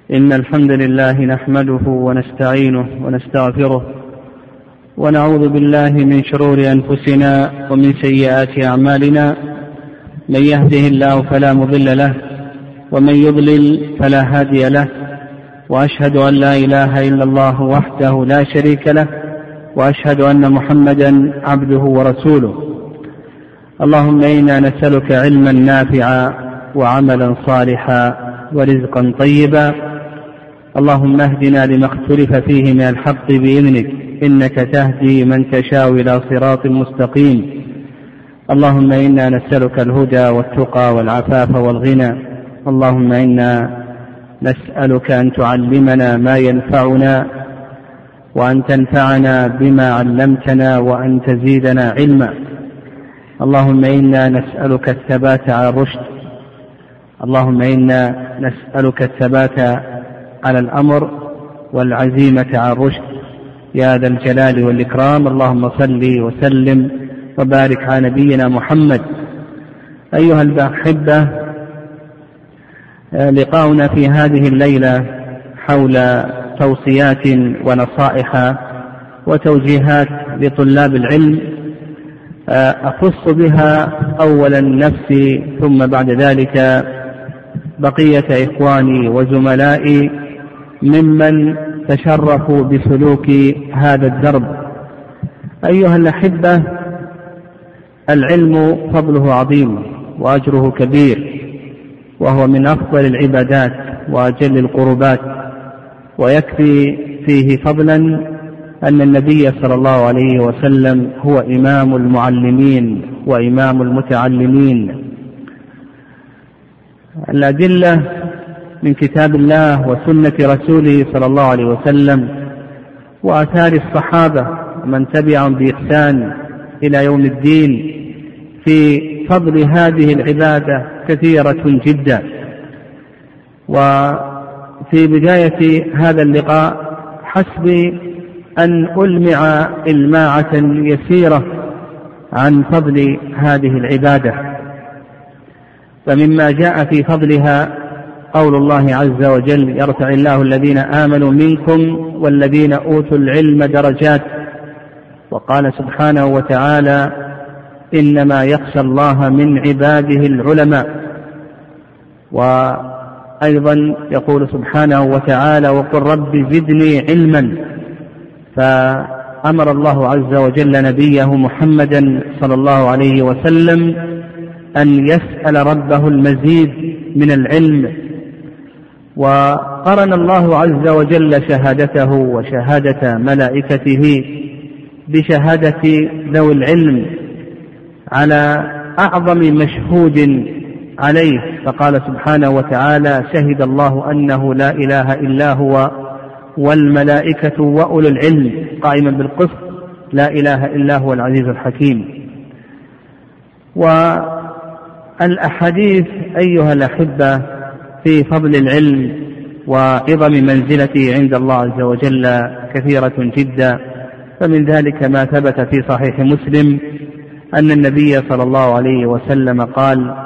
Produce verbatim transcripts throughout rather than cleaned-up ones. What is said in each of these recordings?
إن الحمد لله نحمده ونستعينه ونستغفره ونعوذ بالله من شرور أنفسنا ومن سيئات أعمالنا. من يهده الله فلا مضل له ومن يضلل فلا هادي له، وأشهد أن لا إله إلا الله وحده لا شريك له، وأشهد أن محمدا عبده ورسوله. اللهم إنا نسألك علما نافعا وعملا صالحا ورزقا طيبا. اللهم اهدنا لما اختلف فيه من الحق بإذنك، إنك تهدي من تشاء إلى صراط مستقيم. اللهم إنا نسألك الهدى والتقى والعفاف والغنى. اللهم إنا نسألك أن تعلمنا ما ينفعنا، وأن تنفعنا بما علمتنا، وأن تزيدنا علما. اللهم إنا نسألك الثبات على الرشد. اللهم إنا نسألك الثبات على الأمر والعزيمة على الرشد يا ذا الجلال والإكرام. اللهم صل وسلم وبارك على نبينا محمد. أيها الأحبة، لقاؤنا في هذه الليلة حول توصيات ونصائح وتوجيهات لطلاب العلم، أخص بها أولا نفسي، ثم بعد ذلك بقية إخواني وزملائي ممن تشرفوا بسلوك هذا الدرب. أيها الأحبة، العلم فضله عظيم وأجره كبير، وهو من أفضل العبادات وأجل القربات، ويكفي فيه فضلا أن النبي صلى الله عليه وسلم هو إمام المعلمين وإمام المتعلمين. الأدلة من كتاب الله وسنة رسوله صلى الله عليه وسلم وآثار الصحابة ومن تبعهم بإحسان إلى يوم الدين في فضل هذه العبادة كثيرة جدا. وفي بداية هذا اللقاء حسبي أن ألمع إلماعة يسيرة عن فضل هذه العبادة. فمما جاء في فضلها قول الله عز وجل: يرفع الله الذين آمنوا منكم والذين أوتوا العلم درجات. وقال سبحانه وتعالى: إنما يخشى الله من عباده العلماء. وأيضا يقول سبحانه وتعالى: وقل رب زدني علما. فأمر الله عز وجل نبيه محمدا صلى الله عليه وسلم أن يسأل ربه المزيد من العلم. وقرن الله عز وجل شهادته وشهادة ملائكته بشهادة ذوي العلم على أعظم مشهود عليه، فقال سبحانه وتعالى: شهد الله أنه لا إله إلا هو والملائكة وأولو العلم قائما بالقسط لا إله إلا هو العزيز الحكيم. والأحاديث أيها الأحبة في فضل العلم وعظم منزلته عند الله عز وجل كثيرة جدا. فمن ذلك ما ثبت في صحيح مسلم أن النبي صلى الله عليه وسلم قال: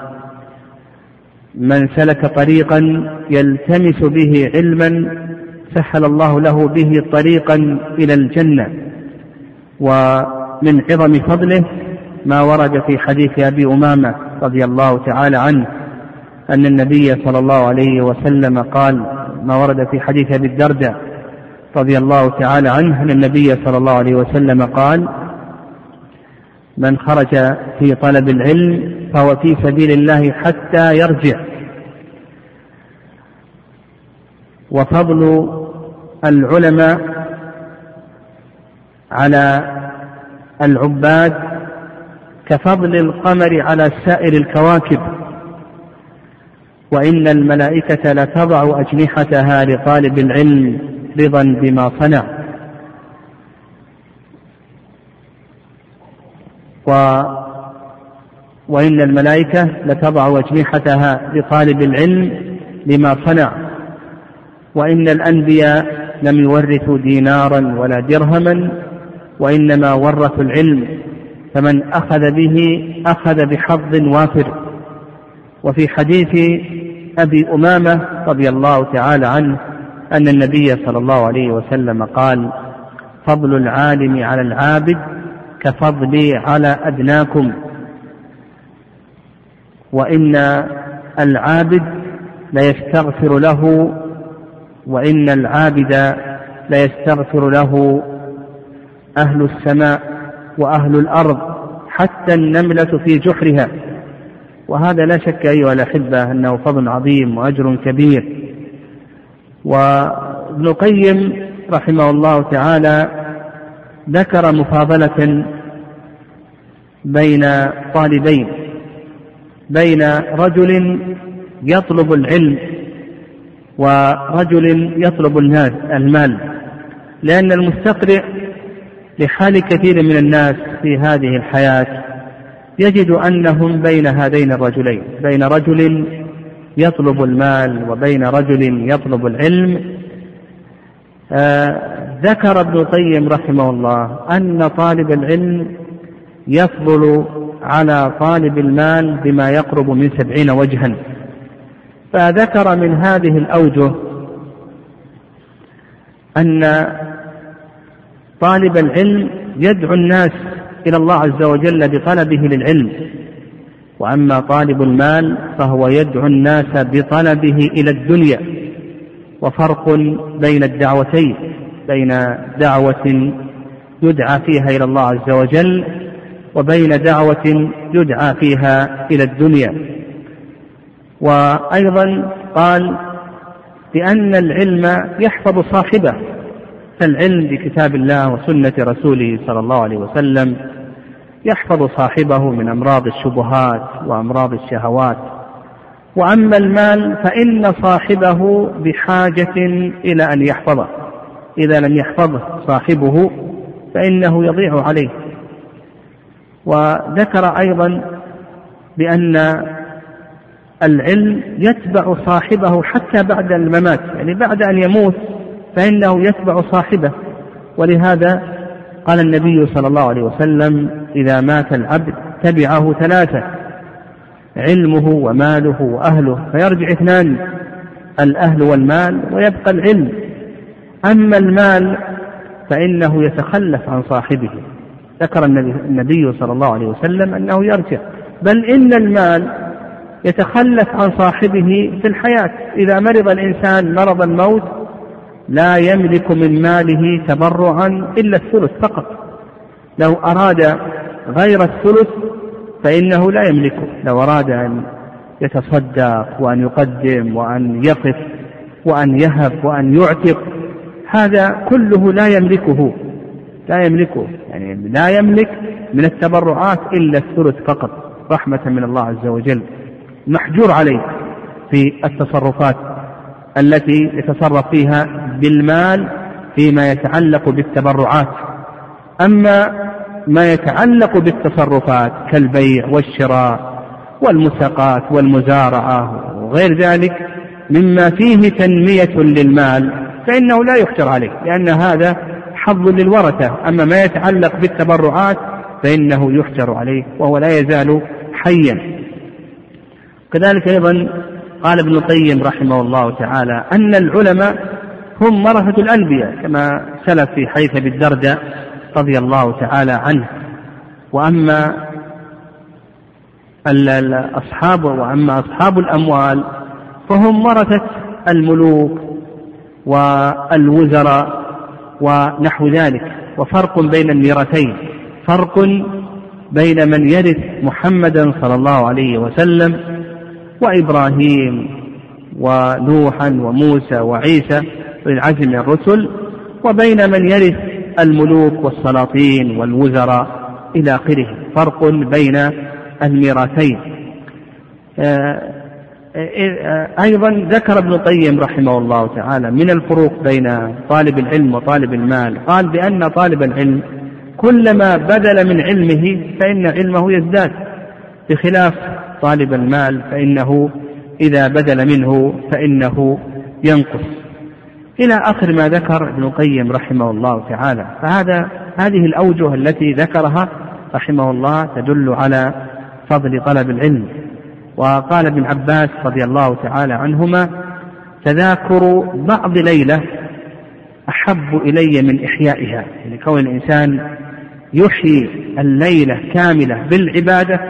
من سلك طريقا يلتمس به علما سهل الله له به طريقا إلى الجنة. ومن عظم فضله ما ورد في حديث أبي أمامة رضي الله تعالى عنه أن النبي صلى الله عليه وسلم قال، ما ورد في حديث أبي الدرداء رضي الله تعالى عنه أن النبي صلى الله عليه وسلم قال: من خرج في طلب العلم فهو في سبيل الله حتى يرجع. وفضل العلماء على العباد كفضل القمر على سائر الكواكب. وإن الملائكة لتضع أجنحتها لطالب العلم رضا بما صنع. و وإن الملائكة لتضع أجنحتها لطالب العلم لما صنع. وإن الأنبياء لم يورثوا دينارا ولا درهما، وإنما ورثوا العلم، فمن أخذ به أخذ بحظ وافر. وفي حديث أبي أمامة رضي الله تعالى عنه أن النبي صلى الله عليه وسلم قال: فضل العالم على العابد كفضلي على أدناكم، وإن العابد ليستغفر له وإن العابد ليستغفر له أهل السماء وأهل الأرض حتى النملة في جحرها. وهذا لا شك أيها الأحبة أنه فضل عظيم وأجر كبير. وابن القيم رحمه الله تعالى ذكر مفاضلة بين طالبين، بين رجل يطلب العلم ورجل يطلب المال، لأن المستقرئ لحال كثير من الناس في هذه الحياة يجد أنهم بين هذين الرجلين، بين رجل يطلب المال وبين رجل يطلب العلم. آه ذكر ابن القيم رحمه الله أن طالب العلم يفضل على طالب المال بما يقرب من سبعين وجها. فذكر من هذه الأوجه أن طالب العلم يدعو الناس إلى الله عز وجل بطلبه للعلم، وأما طالب المال فهو يدعو الناس بطلبه إلى الدنيا. وفرق بين الدعوتين، بين دعوة يدعى فيها إلى الله عز وجل وبين دعوة يدعى فيها إلى الدنيا. وأيضا قال بأن العلم يحفظ صاحبه، فالعلم بكتاب الله وسنة رسوله صلى الله عليه وسلم يحفظ صاحبه من أمراض الشبهات وأمراض الشهوات. وأما المال فإن صاحبه بحاجة إلى أن يحفظه، إذا لم يحفظه صاحبه فإنه يضيع عليه. وذكر أيضا بأن العلم يتبع صاحبه حتى بعد الممات، يعني بعد أن يموت فإنه يتبع صاحبه. ولهذا قال النبي صلى الله عليه وسلم: إذا مات العبد تبعه ثلاثة: علمه وماله وأهله، فيرجع اثنان: الأهل والمال، ويبقى العلم. أما المال فإنه يتخلف عن صاحبه. ذكر النبي صلى الله عليه وسلم أنه يرجع، بل إن المال يتخلف عن صاحبه في الحياة. إذا مرض الإنسان مرض الموت لا يملك من ماله تبرعا إلا الثلث فقط. لو أراد غير الثلث فإنه لا يملكه. لو أراد أن يتصدق وأن يقدم وأن يقف وأن يهب وأن يعتق، هذا كله لا يملكه، لا يملكه يعني لا يملك من التبرعات إلا الثلث فقط، رحمة من الله عز وجل. محجور عليه في التصرفات التي يتصرف فيها بالمال فيما يتعلق بالتبرعات. أما ما يتعلق بالتصرفات كالبيع والشراء والمساقات والمزارعة وغير ذلك مما فيه تنمية للمال فإنه لا يحجر عليه، لأن هذا حظ للورثة. أما ما يتعلق بالتبرعات فإنه يحجر عليه وهو لا يزال حيا. كذلك أيضا قال ابن القيم رحمه الله تعالى أن العلماء هم ورثة الأنبياء، كما سلف في حيث بالدرداء رضي الله تعالى عنه. وأما الأصحاب وأما أصحاب الأموال فهم ورثة الملوك والوزراء ونحو ذلك. وفرق بين الميراثين، فرق بين من يرث محمدا صلى الله عليه وسلم وإبراهيم ونوحا وموسى وعيسى والعزم من الرسل، وبين من يرث الملوك والسلاطين والوزراء إلى آخره. فرق بين الميراثين. أيضا ذكر ابن القيم رحمه الله تعالى من الفروق بين طالب العلم وطالب المال، قال بأن طالب العلم كلما بذل من علمه فإن علمه يزداد، بخلاف طالب المال فإنه إذا بذل منه فإنه ينقص، إلى آخر ما ذكر ابن القيم رحمه الله تعالى. فهذا هذه الأوجه التي ذكرها رحمه الله تدل على فضل طلب العلم. وقال ابن عباس رضي الله تعالى عنهما: تذاكر بعض ليلة أحب إلي من إحيائها. يعني كون الإنسان يحيي الليلة كاملة بالعبادة،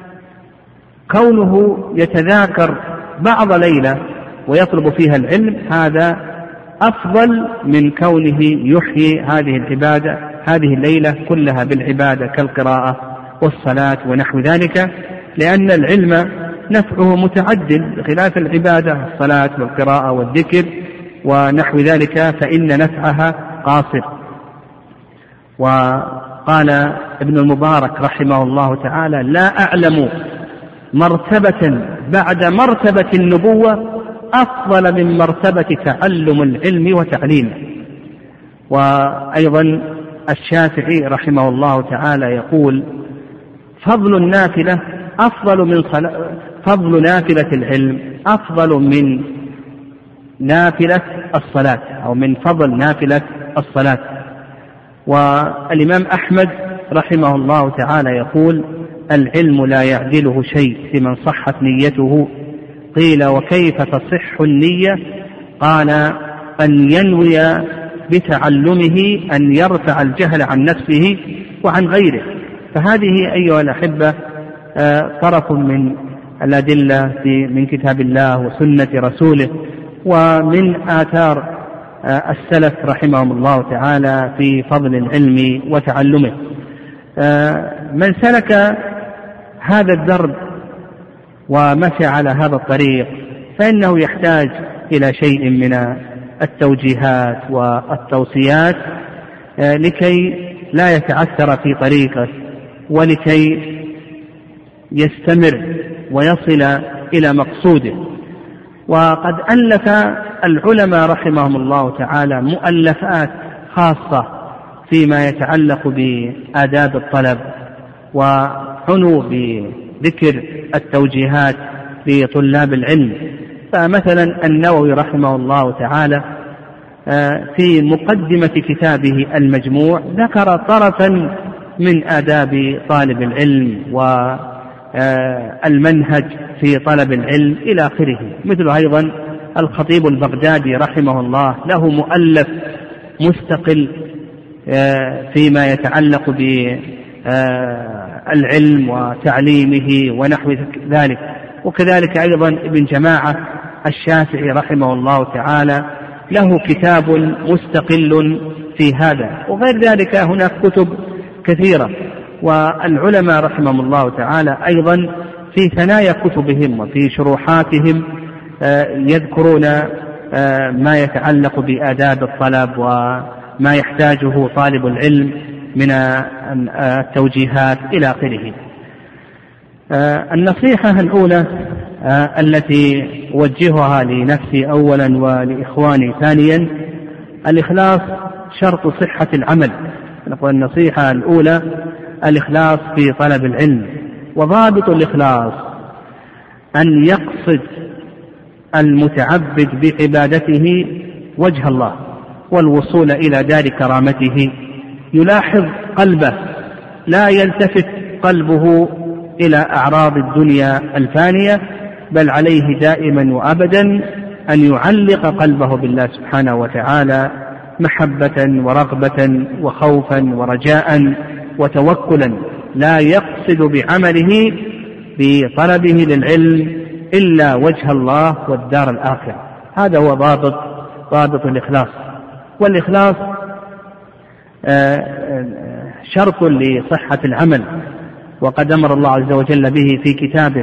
كونه يتذاكر بعض ليلة ويطلب فيها العلم، هذا أفضل من كونه يحيي هذه العبادة هذه الليلة كلها بالعبادة كالقراءة والصلاة ونحو ذلك، لأن العلم نفعه متعدد بخلاف العبادة الصلاة والقراءة والذكر ونحو ذلك فإن نفعها قاصر. وقال ابن المبارك رحمه الله تعالى: لا أعلم مرتبة بعد مرتبة النبوة أفضل من مرتبة تعلم العلم وتعليمه. وأيضا الشافعي رحمه الله تعالى يقول: فضل النافلة أفضل من فضل نافلة العلم أفضل من نافلة الصلاة، أو من فضل نافلة الصلاة. والإمام أحمد رحمه الله تعالى يقول: العلم لا يعدله شيء لمن صحت نيته. قيل: وكيف تصح النية؟ قال: أن ينوي بتعلمه أن يرفع الجهل عن نفسه وعن غيره. فهذه أيها الأحبة طرف من الأدلة من كتاب الله وسنة رسوله ومن آثار السلف رحمهم الله تعالى في فضل العلم وتعلمه. من سلك هذا الدرب ومشى على هذا الطريق فإنه يحتاج إلى شيء من التوجيهات والتوصيات لكي لا يتعثر في طريقه ولكي يستمر ويصل إلى مقصوده. وقد ألف العلماء رحمهم الله تعالى مؤلفات خاصة فيما يتعلق بآداب الطلب، وعنوا بذكر التوجيهات لطلاب العلم. فمثلا النووي رحمه الله تعالى في مقدمة كتابه المجموع ذكر طرفا من آداب طالب العلم والمنهج في طلب العلم إلى آخره. مثل أيضا الخطيب البغدادي رحمه الله له مؤلف مستقل فيما يتعلق بالعلم وتعليمه ونحو ذلك. وكذلك أيضا ابن جماعة الشافعي رحمه الله تعالى له كتاب مستقل في هذا، وغير ذلك هناك كتب كثيرة. والعلماء رحمهم الله تعالى أيضا في ثنايا كتبهم وفي شروحاتهم يذكرون ما يتعلق بآداب الطلب وما يحتاجه طالب العلم من التوجيهات إلى آخره. النصيحة الأولى التي أوجهها لنفسي أولا ولإخواني ثانيا: الإخلاص شرط صحة العمل. نقول النصيحة الأولى الإخلاص في طلب العلم. وضابط الإخلاص أن يقصد المتعبد بعبادته وجه الله والوصول إلى دار كرامته، يلاحظ قلبه، لا يلتفت قلبه إلى أعراض الدنيا الفانية، بل عليه دائما وأبدا أن يعلق قلبه بالله سبحانه وتعالى محبة ورغبة وخوفا ورجاء وتوكلا، لا يقصد بعمله بطلبه للعلم إلا وجه الله والدار الآخرة. هذا هو ضابط ضابط الإخلاص. والإخلاص شرط لصحة العمل، وقد أمر الله عز وجل به في كتابه،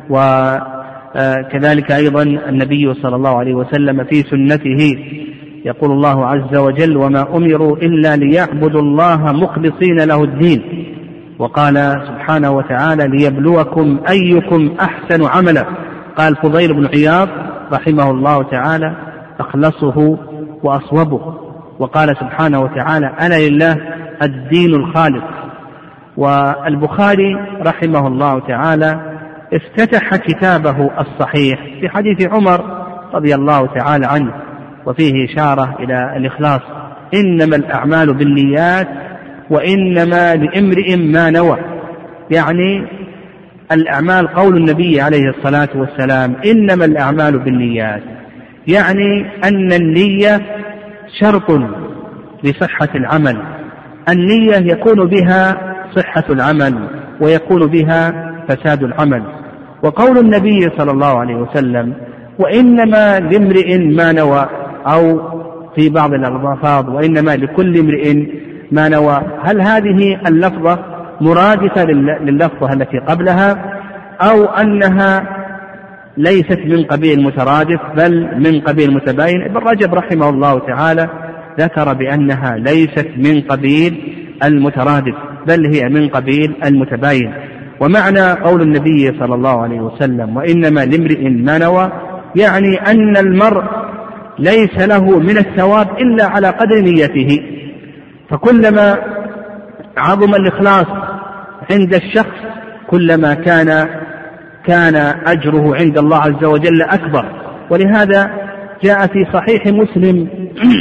وكذلك أيضا النبي صلى الله عليه وسلم في سنته. يقول الله عز وجل: وما أمروا إلا ليعبدوا الله مخلصين له الدين. وقال سبحانه وتعالى: ليبلوكم أيكم أحسن عملا. قال فضيل بن عياض رحمه الله تعالى: أخلصه وأصوبه. وقال سبحانه وتعالى: ألا لله الدين الخالص. والبخاري رحمه الله تعالى افتتح كتابه الصحيح في حديث عمر رضي الله تعالى عنه، وفيه إشارة إلى الإخلاص: إنما الأعمال بالنيات وإنما لامرئ ما نوى. يعني الأعمال، قول النبي عليه الصلاة والسلام: إنما الأعمال بالنيات، يعني أن النية شرط لصحة العمل، النية يكون بها صحة العمل ويكون بها فساد العمل. وقول النبي صلى الله عليه وسلم وإنما لامرئ ما نوى، أو في بعض الألفاظ وإنما لكل امرئ ما نوى، هل هذه اللفظة مرادفة لللفظة التي قبلها أو أنها ليست من قبيل مترادف بل من قبيل متباين؟ ابن رجب رحمه الله تعالى ذكر بأنها ليست من قبيل المترادف بل هي من قبيل المتباين. ومعنى قول النبي صلى الله عليه وسلم وإنما لامرئ ما نوى يعني أن المرء ليس له من الثواب إلا على قدر نيته، فكلما عظم الإخلاص عند الشخص كلما كان كان أجره عند الله عز وجل أكبر. ولهذا جاء في صحيح مسلم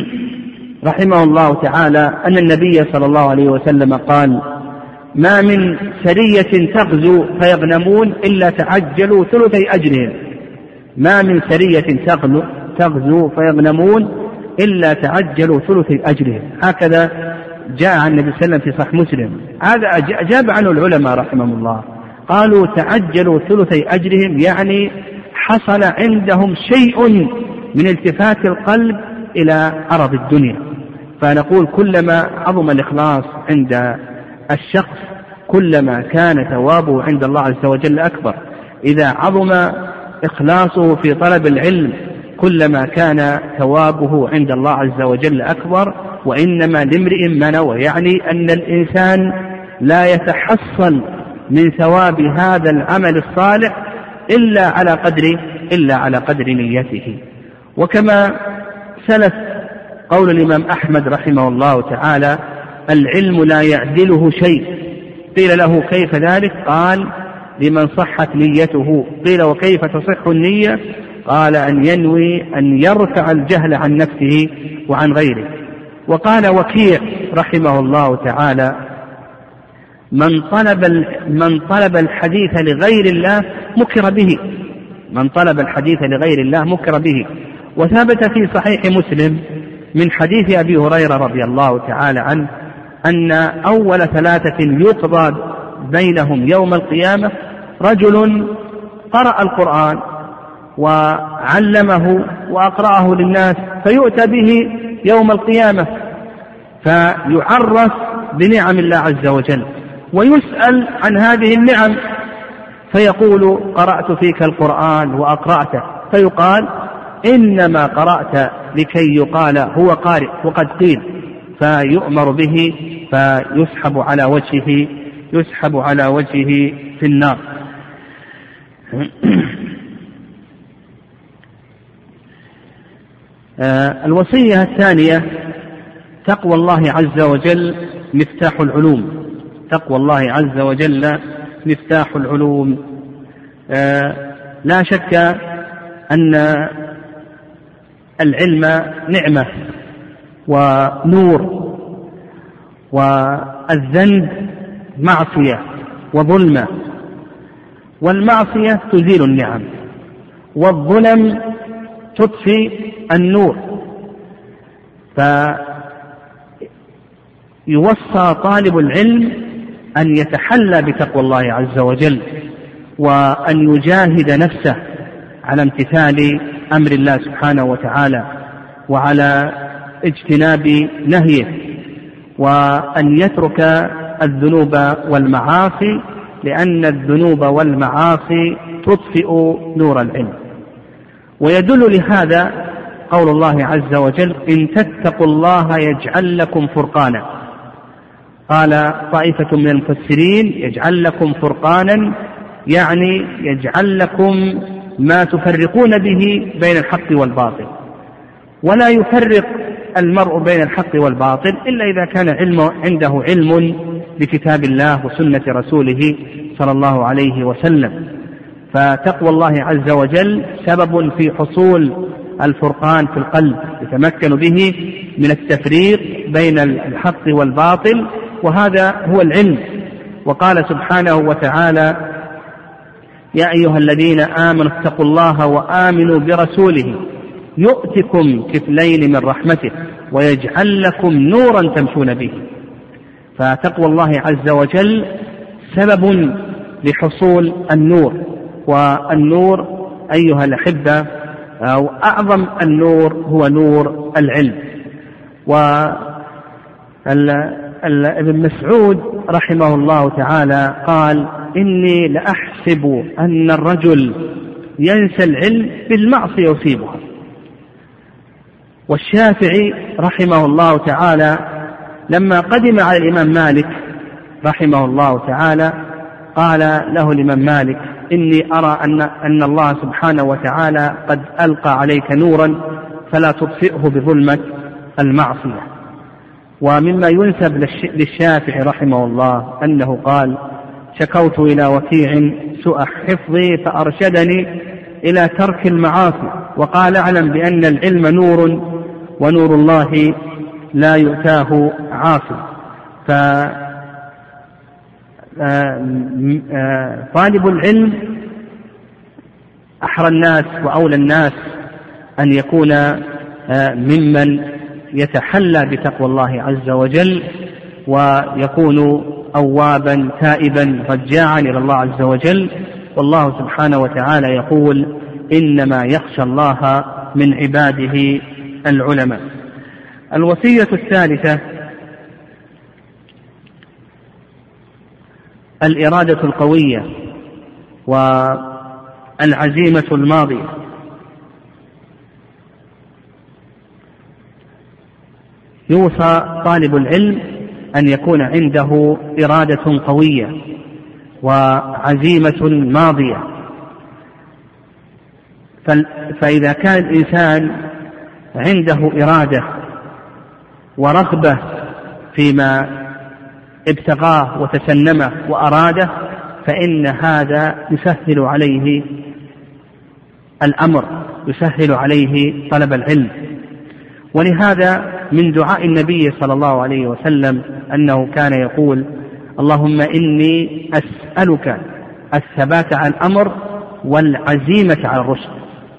رحمه الله تعالى أن النبي صلى الله عليه وسلم قال ما من سرية تغزو فيغنمون إلا تعجلوا ثلثي أجرهم، ما من سرية تغزو فيغنمون إلا تعجلوا ثلثي أجرهم. هكذا جاء عن النبي صلى الله عليه وسلم في صحيح مسلم. هذا أجاب عنه العلماء رحمهم الله، قالوا تعجلوا ثلثي أجرهم يعني حصل عندهم شيء من التفات القلب إلى عرض الدنيا. فنقول كلما عظم الإخلاص عند الشخص كلما كان ثوابه عند الله عز وجل أكبر. إذا عظم إخلاصه في طلب العلم كلما كان ثوابه عند الله عز وجل أكبر. وإنما لامرئ ما نوى يعني أن الإنسان لا يتحصل من ثواب هذا العمل الصالح إلا على قدر إلا على قدر نيته. وكما سلف قول الإمام أحمد رحمه الله تعالى العلم لا يعدله شيء. قيل له كيف ذلك؟ قال لمن صحت نيته. قيل وكيف تصح النية؟ قال أن ينوي أن يرفع الجهل عن نفسه وعن غيره. وقال وكيع رحمه الله تعالى من طلب من طلب الحديث لغير الله مكر به، من طلب الحديث لغير الله مكر به. وثبت في صحيح مسلم من حديث أبي هريرة رضي الله تعالى عنه أن أول ثلاثة يقضى بينهم يوم القيامة رجل قرأ القرآن وعلمه وأقرأه للناس فيؤتى به يوم القيامة فيعرف بنعم الله عز وجل ويسأل عن هذه النعم فيقول قرأت فيك القرآن وأقرأته، فيقال إنما قرأت لكي يقال هو قارئ وقد قيل، فيؤمر به فيسحب على وجهه يسحب على وجهه في النار. الوصية الثانية تقوى الله عز وجل مفتاح العلوم. تقوى الله عز وجل مفتاح العلوم. لا شك أن العلم نعمة ونور، والذنب معصية وظلمة، والمعصية تزيل النعم، والظلم تطفي النور. فيوصى طالب العلم أن يتحلى بتقوى الله عز وجل وأن يجاهد نفسه على امتثال أمر الله سبحانه وتعالى وعلى اجتناب نهيه، وأن يترك الذنوب والمعاصي، لأن الذنوب والمعاصي تطفئ نور العلم. ويدل لهذا قول الله عز وجل إن تتقوا الله يجعل لكم فرقانا. قال طائفة من المفسرين يجعل لكم فرقانا يعني يجعل لكم ما تفرقون به بين الحق والباطل. ولا يفرق المرء بين الحق والباطل إلا إذا كان علم عنده علم بكتاب الله وسنة رسوله صلى الله عليه وسلم. فتقوى الله عز وجل سبب في حصول الفرقان في القلب، يتمكن به من التفريق بين الحق والباطل، وهذا هو العلم. وقال سبحانه وتعالى يا أيها الذين آمنوا اتقوا الله وآمنوا برسوله يؤتكم كفلين من رحمته ويجعل لكم نورا تمشون به. فتقوى الله عز وجل سبب لحصول النور، والنور أيها الأحبة أو أعظم النور هو نور العلم. وابن مسعود رحمه الله تعالى قال: إني لأحسب أن الرجل ينسى العلم بالمعصية يصيبها. والشافعي رحمه الله تعالى لما قدم على الإمام مالك رحمه الله تعالى قال له الإمام مالك: إني أرى أن, أن الله سبحانه وتعالى قد ألقى عليك نورا فلا تطفئه بظلمة المعصية. ومما ينسب للشافعي رحمه الله أنه قال: شكوت إلى وكيع سوء حفظي فأرشدني إلى ترك المعاصي، وقال: اعلم بأن العلم نور ونور الله لا يؤتاه عاصي. فطالب العلم أحرى الناس وأولى الناس أن يكون ممن يتحلى بتقوى الله عز وجل، ويكون أوابا تائبا رجاعا إلى الله عز وجل. والله سبحانه وتعالى يقول: إنما يخشى الله من عباده العلماء. الوصية الثالثة الإرادة القوية والعزيمة الماضية. يوصى طالب العلم أن يكون عنده إرادة قوية وعزيمة ماضية. فإذا كان الإنسان عنده إرادة ورغبة فيما ابتغاه وتسنمه وأراده فإن هذا يسهل عليه الأمر، يسهل عليه طلب العلم. ولهذا من دعاء النبي صلى الله عليه وسلم أنه كان يقول: اللهم إني أسألك الثبات على الأمر والعزيمة على الرشد.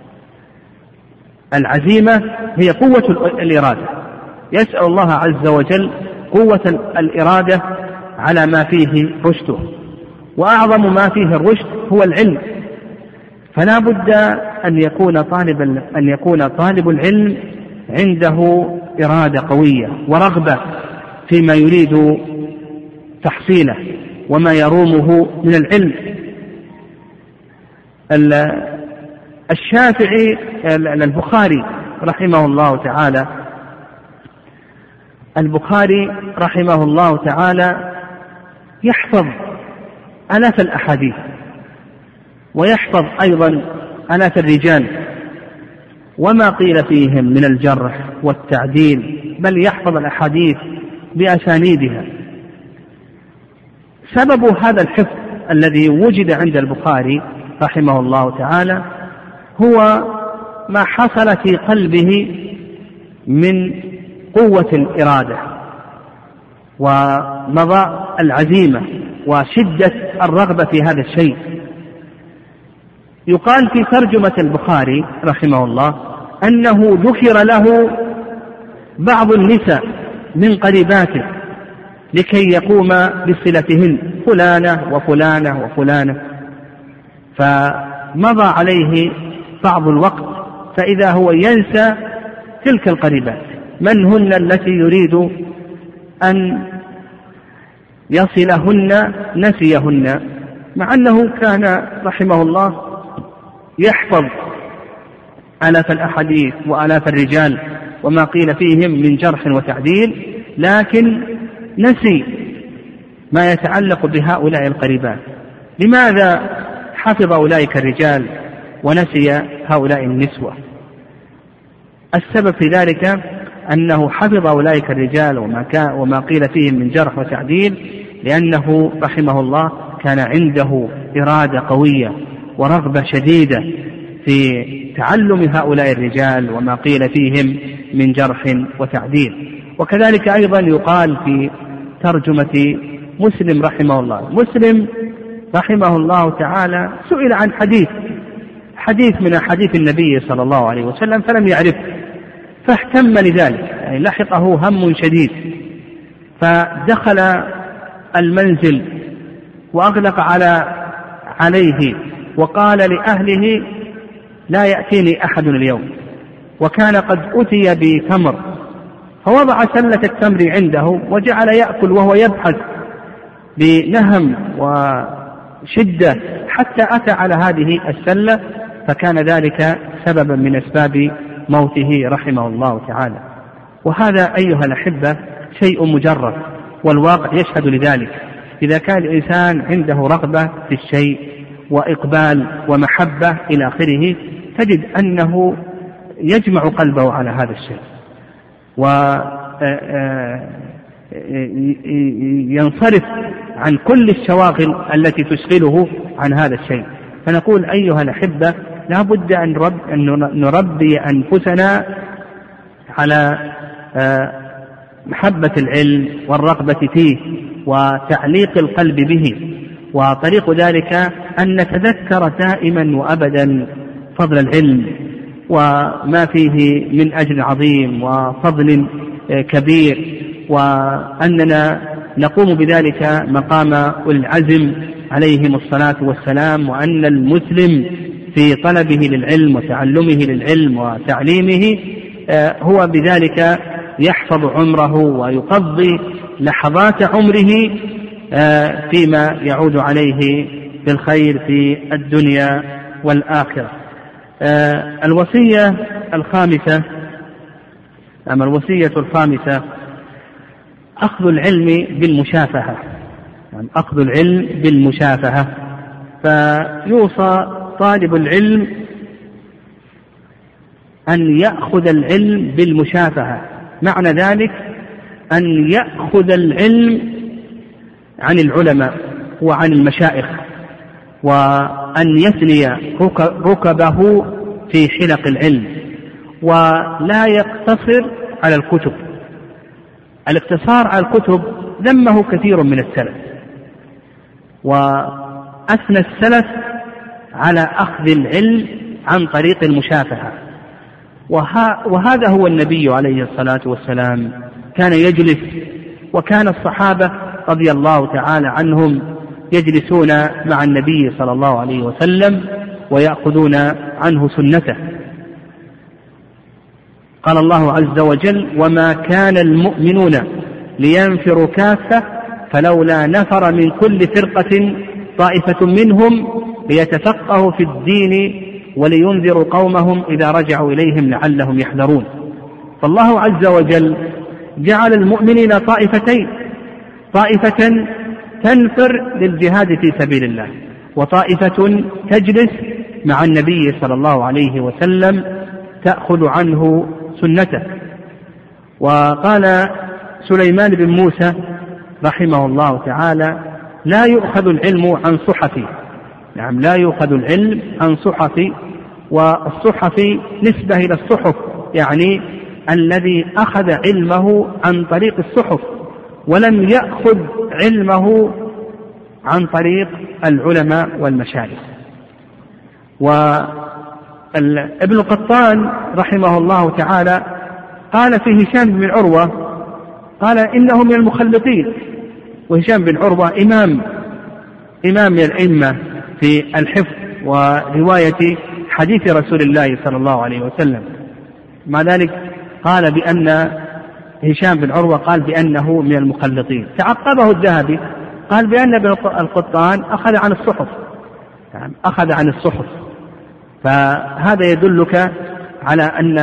العزيمة هي قوة الإرادة، يسأل الله عز وجل قوة الإرادة على ما فيه رشده، وأعظم ما فيه الرشد هو العلم. فلا بد أن يكون طالب أن يكون طالب العلم عنده إرادة قوية ورغبة فيما يريد تحصيله وما يرومه من العلم. الشافعي البخاري رحمه الله تعالى البخاري رحمه الله تعالى يحفظ آلاف الأحاديث، ويحفظ أيضا آلاف الرجال وما قيل فيهم من الجرح والتعديل، بل يحفظ الأحاديث بأسانيدها. سبب هذا الحفظ الذي وجد عند البخاري رحمه الله تعالى هو ما حصل في قلبه من قوة الإرادة ومضى العزيمة وشدة الرغبة في هذا الشيء. يقال في ترجمة البخاري رحمه الله أنه ذكر له بعض النساء من قريباته لكي يقوم بصلتهن، فلانة وفلانة وفلانة، فمضى عليه بعض الوقت فإذا هو ينسى تلك القريبات من هن التي يريد أن يصلهن، نسيهن، مع أنه كان رحمه الله يحفظ آلاف الأحاديث وآلاف الرجال وما قيل فيهم من جرح وتعديل، لكن نسي ما يتعلق بهؤلاء القريبات. لماذا حفظ أولئك الرجال ونسي هؤلاء النسوة؟ السبب في ذلك أنه حفظ أولئك الرجال وما, كان وما قيل فيهم من جرح وتعديل لأنه رحمه الله كان عنده إرادة قوية ورغبة شديدة في تعلم هؤلاء الرجال وما قيل فيهم من جرح وتعديل. وكذلك أيضا يقال في ترجمة مسلم رحمه الله، مسلم رحمه الله تعالى سئل عن حديث حديث من حديث النبي صلى الله عليه وسلم فلم يعرفه، فاهتم لذلك، يعني لحقه هم شديد، فدخل المنزل وأغلق على عليه وقال لأهله لا يأتيني أحد اليوم، وكان قد أتي بتمر، فوضع سلة التمر عنده وجعل يأكل وهو يبحث بنهم وشدة حتى أتى على هذه السلة، فكان ذلك سببا من أسباب موته رحمه الله تعالى. وهذا أيها الأحبة شيء مجرد، والواقع يشهد لذلك. إذا كان الإنسان عنده رغبة في الشيء وإقبال ومحبة إلى آخره، تجد أنه يجمع قلبه على هذا الشيء وينصرف عن كل الشواغل التي تشغله عن هذا الشيء. فنقول أيها الأحبة لا بد أن نربي أنفسنا على محبة العلم والرغبة فيه وتعليق القلب به، وطريق ذلك أن نتذكر دائما وأبدا فضل العلم وما فيه من أجر عظيم وفضل كبير، وأننا نقوم بذلك مقام أولي العزم عليهم الصلاة والسلام، وأن المسلم في طلبه للعلم وتعلمه للعلم وتعليمه هو بذلك يحفظ عمره ويقضي لحظات عمره فيما يعود عليه بالخير في الدنيا والآخرة. الوصية الخامسة أما الوصية الخامسة أخذ العلم بالمشافهة، يعني أخذ العلم بالمشافهة. فيوصى طالب العلم أن يأخذ العلم بالمشافهة، معنى ذلك أن يأخذ العلم عن العلماء وعن المشائخ، وأن يثني ركبه في حلق العلم، ولا يقتصر على الكتب. الاقتصار على الكتب ذمه كثير من السلف، وأثنى السلف على أخذ العلم عن طريق المشافهة. وهذا هو النبي عليه الصلاة والسلام كان يجلس، وكان الصحابة رضي الله تعالى عنهم يجلسون مع النبي صلى الله عليه وسلم ويأخذون عنه سنته. قال الله عز وجل: وما كان المؤمنون لينفروا كافة فلولا نفر من كل فرقة طائفة منهم ليتفقهوا في الدين ولينذروا قومهم إذا رجعوا إليهم لعلهم يحذرون. فالله عز وجل جعل المؤمنين طائفتين: طائفة تنفر للجهاد في سبيل الله، وطائفة تجلس مع النبي صلى الله عليه وسلم تأخذ عنه سنته. وقال سليمان بن موسى رحمه الله تعالى: لا يؤخذ العلم عن صحفي. نعم، لا يؤخذ العلم عن صحفي، والصحفي نسبة إلى الصحف، يعني الذي أخذ علمه عن طريق الصحف ولم يأخذ علمه عن طريق العلماء والمشايخ. وابن القطان رحمه الله تعالى قال في هشام بن عروة، قال إنه من المخلطين. وهشام بن عروة إمام إمام من الأئمة في الحفظ ورواية حديث رسول الله صلى الله عليه وسلم. مع ذلك قال بأن هشام بن عروة قال بأنه من المخلطين. تعقبه الذهبي قال بأن ابن القطان أخذ عن الصحف، يعني أخذ عن الصحف. فهذا يدلك على أن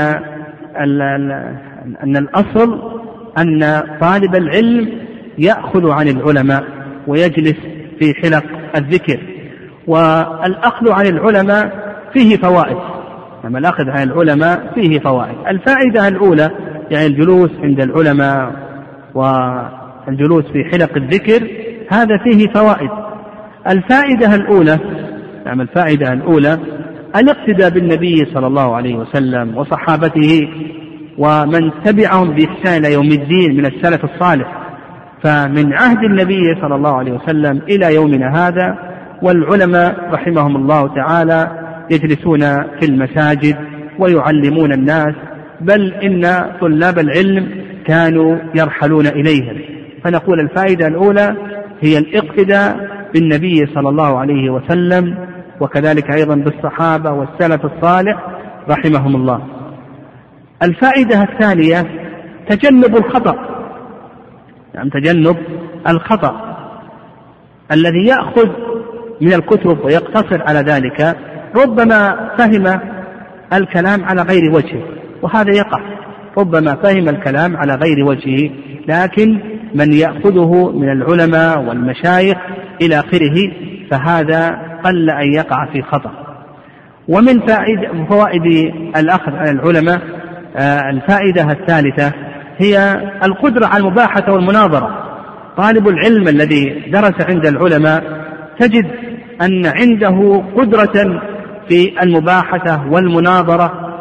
أن الأصل أن طالب العلم يأخذ عن العلماء ويجلس في حلق الذكر. والأخذ عن العلماء فيه فوائد، يعني الأخذ عن العلماء فيه فوائد. الفائدة الأولى يعني الجلوس عند العلماء والجلوس في حلق الذكر، هذا فيه فوائد. الفائدة الأولى يعني الفائدة الأولى الاقتداء بالنبي صلى الله عليه وسلم وصحابته ومن تبعهم بإحسان إلى يوم الدين من السلف الصالح. فمن عهد النبي صلى الله عليه وسلم إلى يومنا هذا والعلماء رحمهم الله تعالى يجلسون في المساجد ويعلمون الناس، بل إن طلاب العلم كانوا يرحلون إليهم. فنقول الفائدة الأولى هي الاقتداء بالنبي صلى الله عليه وسلم، وكذلك أيضا بالصحابة والسلف الصالح رحمهم الله. الفائدة الثانية تجنب الخطأ، يعني تجنب الخطأ الذي يأخذ من الكتب ويقتصر على ذلك، ربما فهم الكلام على غير وجهه، وهذا يقع، ربما فهم الكلام على غير وجهه، لكن من يأخذه من العلماء والمشايخ إلى آخره فهذا قل أن يقع في خطأ. ومن فوائد الأخذ عن العلماء الفائدة الثالثة هي القدرة على المباحثة والمناظرة. طالب العلم الذي درس عند العلماء تجد أن عنده قدرة في المباحثة والمناظرة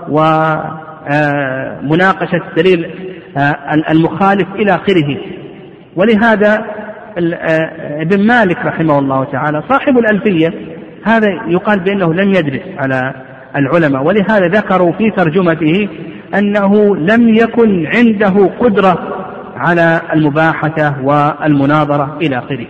ومناقشة الدليل المخالف إلى آخره. ولهذا ابن مالك رحمه الله تعالى صاحب الألفية هذا يقال بأنه لم يدرس على العلماء، ولهذا ذكروا في ترجمته أنه لم يكن عنده قدرة على المباحثة والمناظرة إلى آخره.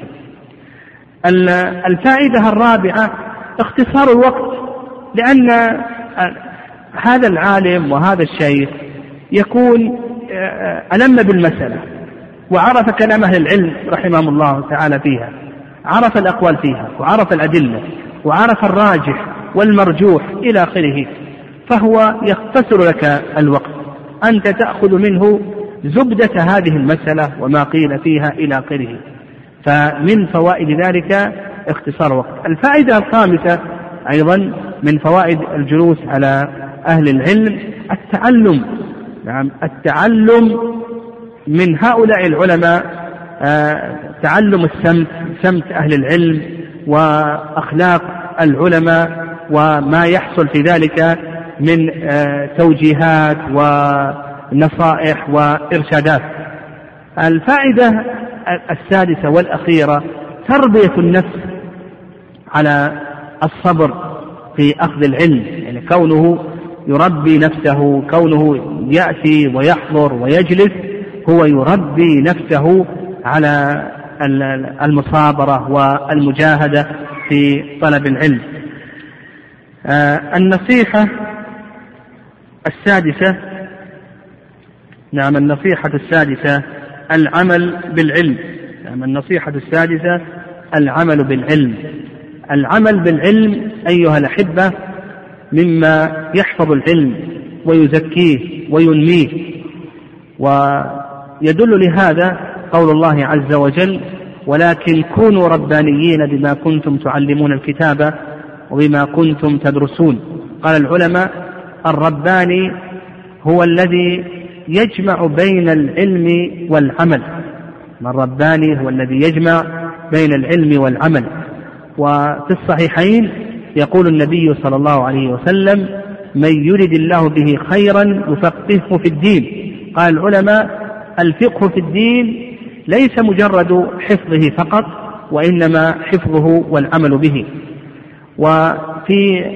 الفائدة الرابعة اختصار الوقت، لأن هذا العالم وهذا الشيخ يكون ألم بالمسألة وعرف كلام أهل العلم رحمهم الله تعالى فيها، عرف الأقوال فيها وعرف الأدلة وعرف الراجح والمرجوح إلى آخره، فهو يختصر لك الوقت، أنت تأخذ منه زبدة هذه المسألة وما قيل فيها إلى آخره. فمن فوائد ذلك اختصار الوقت. الفائدة الخامسة أيضا من فوائد الجلوس على أهل العلم التعلم. نعم، التعلم من هؤلاء العلماء، آه تعلم السمت، سمت أهل العلم وأخلاق العلماء وما يحصل في ذلك من آه توجيهات ونصائح وإرشادات. الفائدة السادسة والأخيرة تربية النفس على الصبر في أخذ العلم، يعني كونه يربي نفسه، كونه يأتي ويحضر ويجلس هو يربي نفسه على المصابرة والمجاهدة في طلب العلم. آه النصيحة السادسة، نعم النصيحة السادسة العمل بالعلم. نعم النصيحة السادسة العمل بالعلم. العمل بالعلم أيها الأحبة مما يحفظ العلم ويزكيه وينميه، ويدل لهذا قول الله عز وجل: ولكن كونوا ربانيين بما كنتم تعلمون الكتاب وبما كنتم تدرسون. قال العلماء: الرباني هو الذي يجمع بين العلم والعمل. الرباني هو الذي يجمع بين العلم والعمل. وفي الصحيحين يقول النبي صلى الله عليه وسلم: من يرد الله به خيرا يفقهه في الدين. قال العلماء: الفقه في الدين ليس مجرد حفظه فقط، وإنما حفظه والعمل به. وفي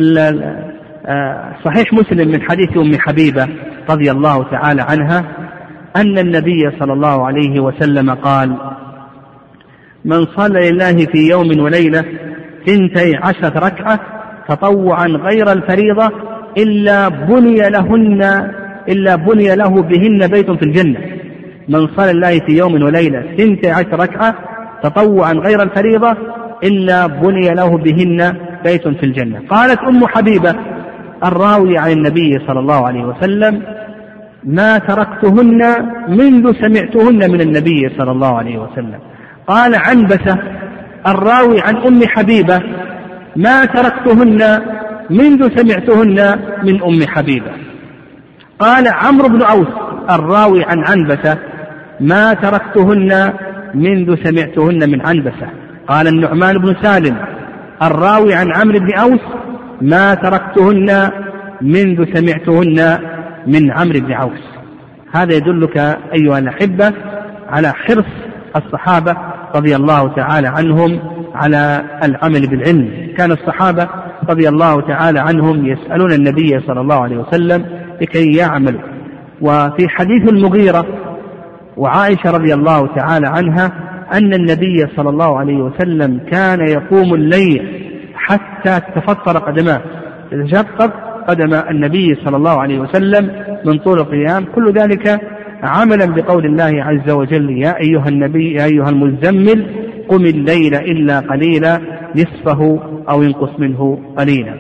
صحيح مسلم من حديث أم حبيبة رضي الله تعالى عنها أن النبي صلى الله عليه وسلم قال: من صلى لله في يوم وليلة ثنتي عشرة ركعة تطوعا غير الفريضة إلا بني لهن إلا بني له بهن بيت في الجنة. من صلى لله في يوم وليلة ثنتي عشرة ركعة تطوعا غير الفريضة إلا بني له بهن بيت في الجنة. قالت أم حبيبة الراوي عن النبي صلى الله عليه وسلم: ما تركتهن منذ سمعتهن من النبي صلى الله عليه وسلم. قال عنبسة الراوي عن أم حبيبة: ما تركتهن منذ سمعتهن من أم حبيبة. قال عمرو بن أوس الراوي عن عنبسة: ما تركتهن منذ سمعتهن من عنبسة. قال النعمان بن سالم الراوي عن عمرو بن أوس: ما تركتهن منذ سمعتهن من عمرو بن أوس. هذا يدلك أيها الأحبة على حرص الصحابة رضي الله تعالى عنهم على العمل بالعلم. كان الصحابة رضي الله تعالى عنهم يسألون النبي صلى الله عليه وسلم لكي يعملوا. وفي حديث المغيرة وعائشة رضي الله تعالى عنها أن النبي صلى الله عليه وسلم كان يقوم الليل حتى تتفطر قدماه، تتشقق قدم النبي صلى الله عليه وسلم من طول القيام، كل ذلك عملا بقول الله عز وجل: يا أيها النبي يا أيها المزمل قم الليل إلا قليلا نصفه أو ينقص منه قليلا.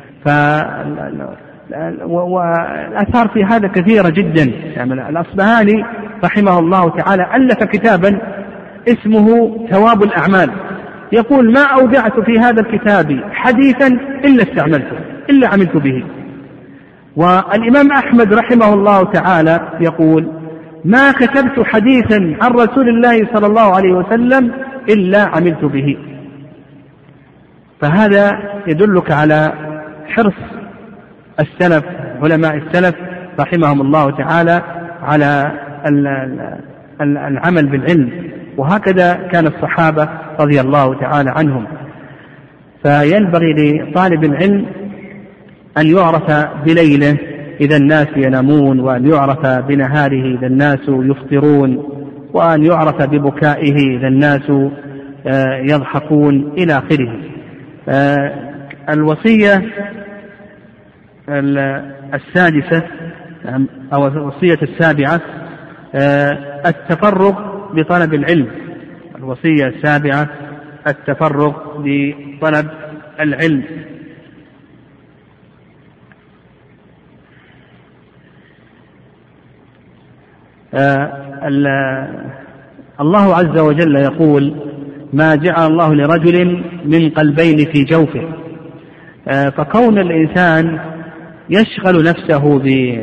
والآثار في هذا كثيرة جدا. يعني الأصبهاني رحمه الله تعالى ألف كتابا اسمه ثواب الأعمال، يقول: ما أودعت في هذا الكتاب حديثا إلا استعملته إلا عملت به. والإمام أحمد رحمه الله تعالى يقول: ما كتبت حديثا عن رسول الله صلى الله عليه وسلم إلا عملت به. فهذا يدلك على حرص السلف علماء السلف رحمهم الله تعالى على العمل بالعلم، وهكذا كان الصحابة رضي الله تعالى عنهم. فينبغي لطالب العلم أن يعرف بليله إذا الناس ينامون، وأن يعرف بنهاره إذا الناس يفطرون، وأن يعرف ببكائه إذا الناس يضحكون إلى آخره. الوصية السادسة أو الوصية السابعة التفرغ بطلب العلم. الوصية السابعة التفرغ بطلب العلم. الله عز وجل يقول: ما جعل الله لرجل من قلبين في جوفه. فكون الإنسان يشغل نفسه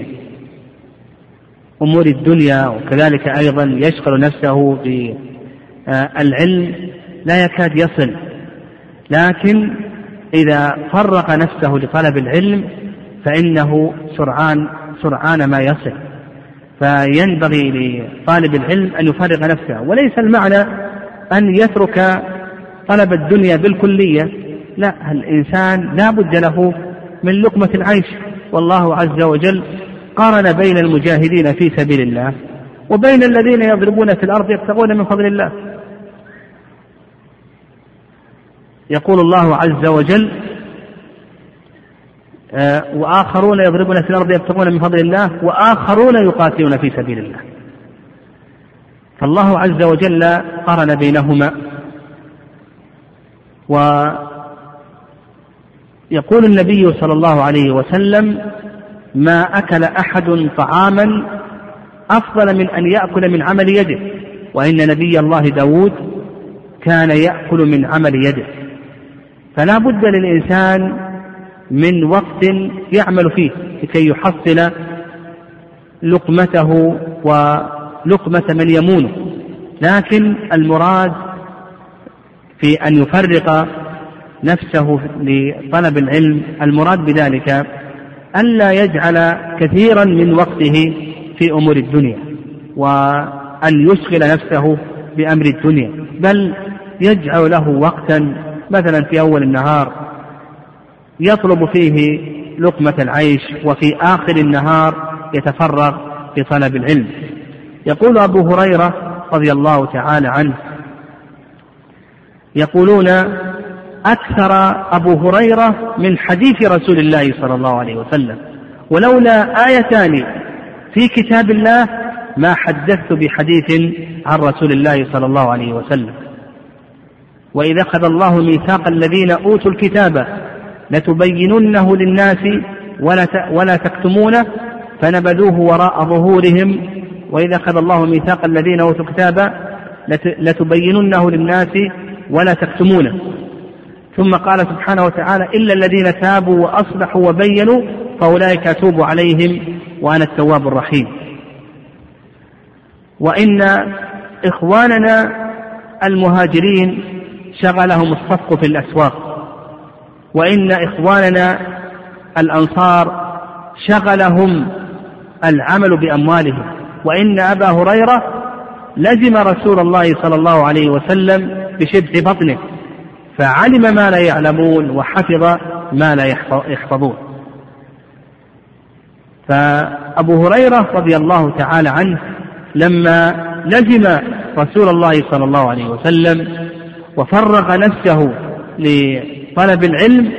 بأمور الدنيا وكذلك أيضا يشغل نفسه بالعلم لا يكاد يصل، لكن إذا فرغ نفسه لطلب العلم فإنه سرعان سرعان ما يصل. فينبغي لطالب العلم أن يفرغ نفسه، وليس المعنى أن يترك طلب الدنيا بالكلية، لا، الإنسان لا بد له من لقمة العيش. والله عز وجل قارن بين المجاهدين في سبيل الله وبين الذين يضربون في الأرض يبتغون من فضل الله. يقول الله عز وجل: آه وآخرون يضربون في الأرض يبتغون من فضل الله وآخرون يقاتلون في سبيل الله. فالله عز وجل قارن بينهما. ويقول النبي صلى الله عليه وسلم: ما أكل أحد طعاما أفضل من أن يأكل من عمل يده، وإن نبي الله داود كان يأكل من عمل يده. فلا بد للإنسان من وقت يعمل فيه لكي يحصل لقمته ولقمة من يمونه، لكن المراد في أن يفرق نفسه لطلب العلم، المراد بذلك ألا يجعل كثيرا من وقته في أمور الدنيا وأن يشغل نفسه بأمر الدنيا، بل يجعل له وقتا مثلا في أول النهار يطلب فيه لقمة العيش، وفي آخر النهار يتفرغ في طلب العلم. يقول أبو هريرة رضي الله تعالى عنه: يقولون أكثر أبو هريرة من حديث رسول الله صلى الله عليه وسلم، ولولا آيتان في كتاب الله ما حدثت بحديث عن رسول الله صلى الله عليه وسلم. وإذا أخذ الله ميثاق الذين أوتوا الكتاب لتبيننه للناس ولا تكتمونه فنبذوه وراء ظهورهم. وإذا أخذ الله ميثاق الذين أوتوا الكتاب لتبيننه للناس ولا تكتمونه. ثم قال سبحانه وتعالى: إلا الذين تابوا وأصلحوا وبينوا فأولئك أتوب عليهم وأنا التواب الرحيم. وإن إخواننا المهاجرين شغلهم الصفق في الأسواق، وإن إخواننا الأنصار شغلهم العمل بأموالهم، وإن أبا هريرة لزم رسول الله صلى الله عليه وسلم بشبه بطنه فعلم ما لا يعلمون وحفظ ما لا يحفظون. فأبو هريرة رضي الله تعالى عنه لما لزم رسول الله صلى الله عليه وسلم وفرغ نفسه لطلب العلم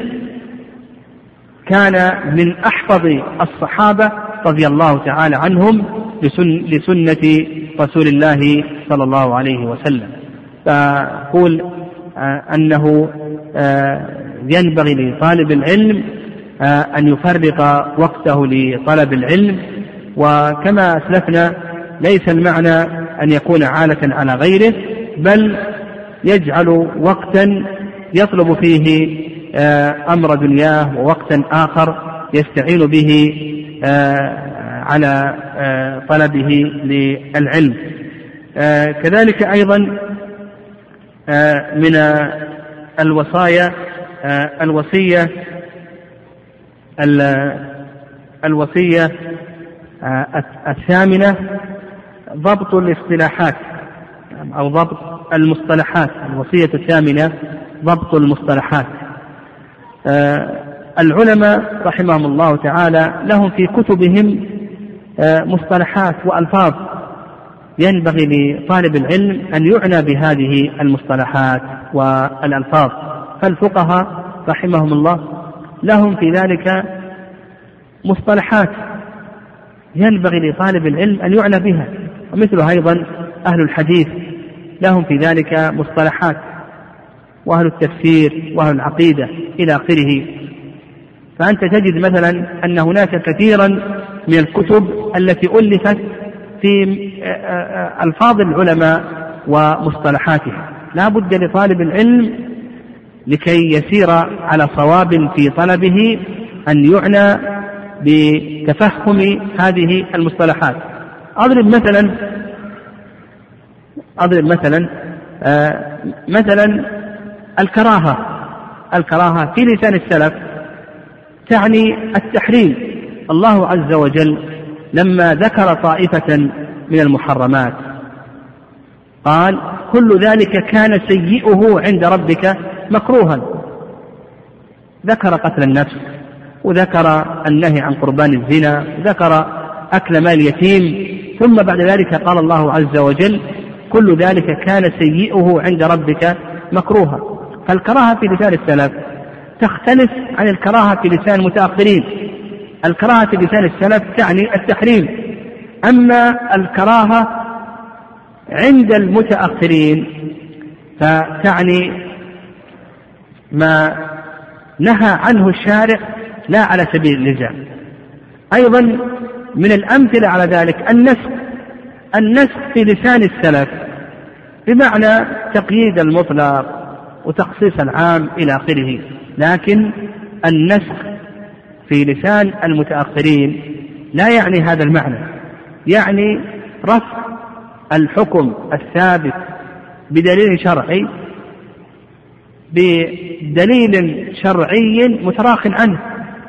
كان من أحفظ الصحابة رضي الله تعالى عنهم لسنة رسول الله صلى الله عليه وسلم. فأقول أنه ينبغي لطالب العلم أن يفرغ وقته لطلب العلم، وكما أسلفنا ليس المعنى أن يكون عالة على غيره، بل يجعل وقتا يطلب فيه أمر دنياه ووقتا آخر يستعين به على طلبه للعلم. كذلك أيضا من الوصايا الوصية الوصية الثامنة ضبط الاصطلاحات أو ضبط المصطلحات. الوصية الثامنة ضبط المصطلحات. العلماء رحمهم الله تعالى لهم في كتبهم مصطلحات وألفاظ، ينبغي لطالب العلم أن يعنى بهذه المصطلحات والألفاظ. فالفقهاء رحمهم الله لهم في ذلك مصطلحات ينبغي لطالب العلم أن يعنى بها، ومثل أيضا أهل الحديث لهم في ذلك مصطلحات، وأهل التفسير وأهل العقيدة إلى آخره. فأنت تجد مثلا أن هناك كثيرا من الكتب التي ألفت في ألفاظ العلماء ومصطلحاتهم. لا بد لطالب العلم لكي يسير على صواب في طلبه أن يعنى بتفهم هذه المصطلحات. أضرب مثلا أضرب مثلا آه مثلا الكراهة. الكراهة في لسان السلف تعني التحريم. الله عز وجل لما ذكر طائفة من المحرمات قال كل ذلك كان سيئه عند ربك مكروها. ذكر قتل النفس، وذكر النهي عن قربان الزنا، وذكر أكل مال اليتيم، ثم بعد ذلك قال الله عز وجل كل ذلك كان سيئه عند ربك مكروها. فالكراهة في لسان السلف تختلف عن الكراهة في لسان المتأخرين. الكراهة في لسان السلف تعني التحريم، أما الكراهة عند المتأخرين فتعني ما نهى عنه الشارع لا على سبيل الإلزام. أيضا من الأمثلة على ذلك النسخ. النسخ في لسان السلف بمعنى تقييد المطلق وتخصيص العام إلى آخره، لكن النسخ في لسان المتأخرين لا يعني هذا المعنى، يعني رفع الحكم الثابت بدليل شرعي بدليل شرعي متراخٍ عنه.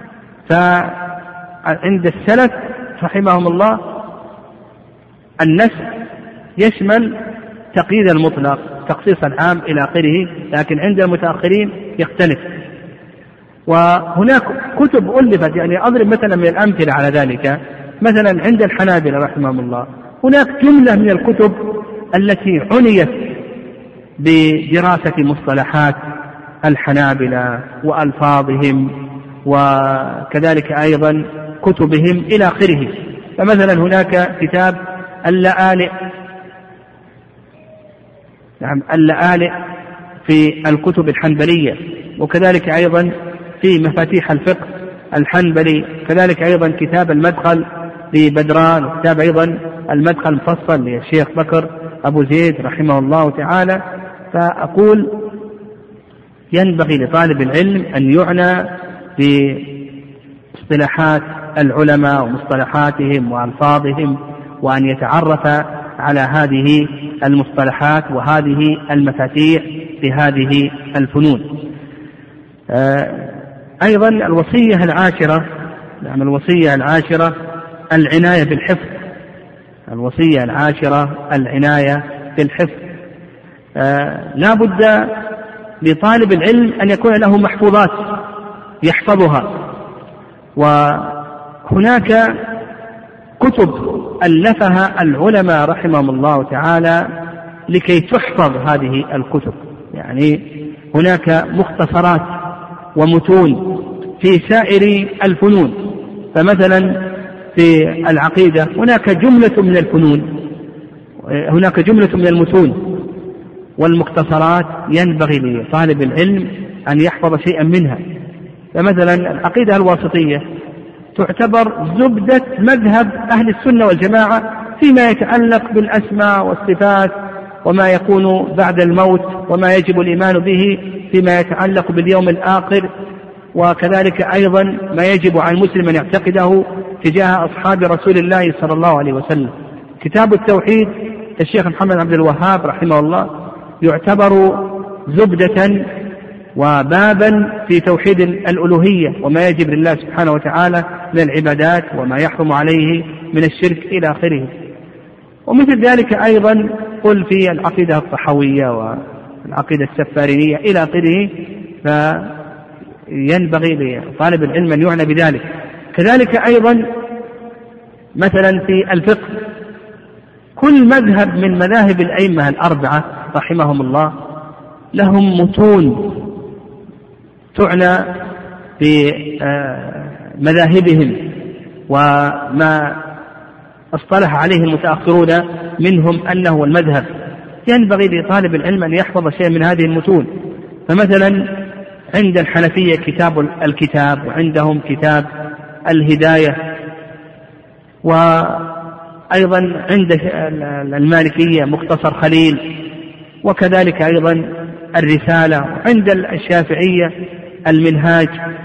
فعند السلف رحمهم الله النسخ يشمل تقييد المطلق، تخصيص العام إلى آخره، لكن عند المتأخرين يختلف. وهناك كتب ألفت، يعني أضرب مثلا من الأمثلة على ذلك، مثلا عند الحنابلة رحمهم الله هناك جملة من الكتب التي عنيت بدراسة مصطلحات الحنابلة وألفاظهم، وكذلك أيضا كتبهم إلى آخره. فمثلا هناك كتاب اللآلئ، نعم اللآلئ في الكتب الحنبلية، وكذلك أيضا في مفاتيح الفقه الحنبلي، كذلك أيضا كتاب المدخل لبدران، وكتاب أيضا المدخل المفصل للشيخ بكر أبو زيد رحمه الله تعالى. فأقول ينبغي لطالب العلم أن يعنى باصطلاحات العلماء ومصطلحاتهم وألفاظهم، وأن يتعرف على هذه المصطلحات وهذه المفاتيح في هذه الفنون. أيضا الوصية العاشرة، يعني الوصية العاشرة العناية بالحفظ. الوصية العاشرة العناية بالحفظ. لا بد لطالب العلم أن يكون له محفوظات، يحفظها. وهناك كتب ألفها العلماء رحمهم الله تعالى لكي تحفظ هذه الكتب، يعني هناك مختصرات ومتون في سائر الفنون. فمثلا في العقيدة هناك جملة من الفنون، هناك جملة من المتون والمختصرات ينبغي لطالب العلم أن يحفظ شيئا منها. فمثلا العقيدة الواسطية تعتبر زبدة مذهب أهل السنة والجماعة فيما يتعلق بالأسماء والصفات وما يكون بعد الموت وما يجب الإيمان به فيما يتعلق باليوم الآخر، وكذلك أيضا ما يجب على المسلم أن يعتقده تجاه أصحاب رسول الله صلى الله عليه وسلم. كتاب التوحيد الشيخ محمد عبد الوهاب رحمه الله يعتبر زبدة وبابا في توحيد الألوهية وما يجب لله سبحانه وتعالى من العبادات وما يحرم عليه من الشرك إلى آخره. ومثل ذلك أيضا قل في العقيدة الطحوية والعقيدة السفارينية إلى آخره، فينبغي لطالب العلم أن يعنى بذلك. كذلك أيضا مثلا في الفقه كل مذهب من مذاهب الأئمة الأربعة رحمهم الله لهم متون تعنى بمذاهبهم وما اصطلح عليه المتأخرون منهم أنه المذهب. ينبغي لطالب العلم أن يحفظ شيء من هذه المتون. فمثلا عند الحنفية كتاب الكتاب، وعندهم كتاب الهداية، وأيضا عند المالكية مختصر خليل، وكذلك أيضا الرسالة، وعند الشافعية المنهاج،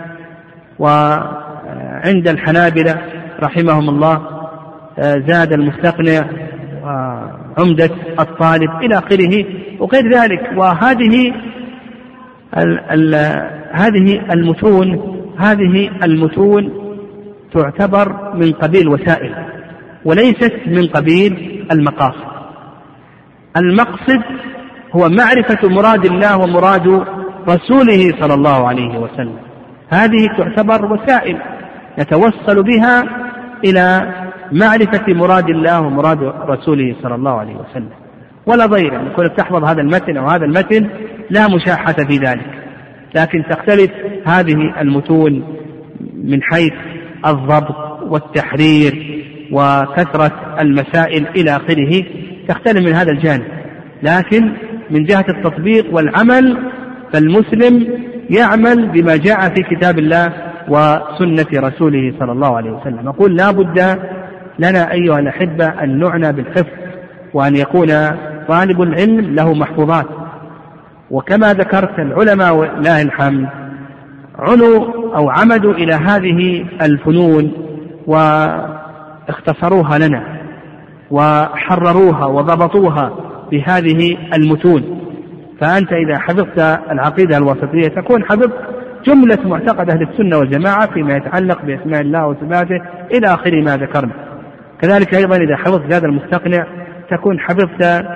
وعند الحنابلة رحمهم الله زاد المستقنع وعمدة الطالب إلى آخره وغير ذلك. وهذه ال ال هذه المتون هذه المتون تعتبر من قبيل وسائل وليست من قبيل المقاصد. المقصد هو معرفة مراد الله ومراد رسوله صلى الله عليه وسلم. هذه تعتبر وسائل نتوصل بها إلى معرفة مراد الله ومراد رسوله صلى الله عليه وسلم، ولا ضير يعني كنت تحفظ هذا المتن أو هذا المتن لا مشاحة في ذلك. لكن تختلف هذه المتون من حيث الضبط والتحرير وكثرة المسائل إلى آخره، تختلف من هذا الجانب. لكن من جهة التطبيق والعمل فالمسلم يعمل بما جاء في كتاب الله وسنة رسوله صلى الله عليه وسلم. نقول لا بد لنا أيها الأحبة أن نعنى بالحفظ، وأن يكون طالب العلم له محفوظات. وكما ذكرت العلماء ولله الحمد عنوا أو عمدوا إلى هذه الفنون واختصروها لنا وحرروها وضبطوها بهذه المتون. فأنت إذا حفظت العقيدة الواسطية تكون حفظت جملة معتقد أهل السنة والجماعة فيما يتعلق بأسماء الله وصفاته إلى آخر ما ذكرنا. كذلك أيضا إذا حفظت زاد المستقنع تكون حفظت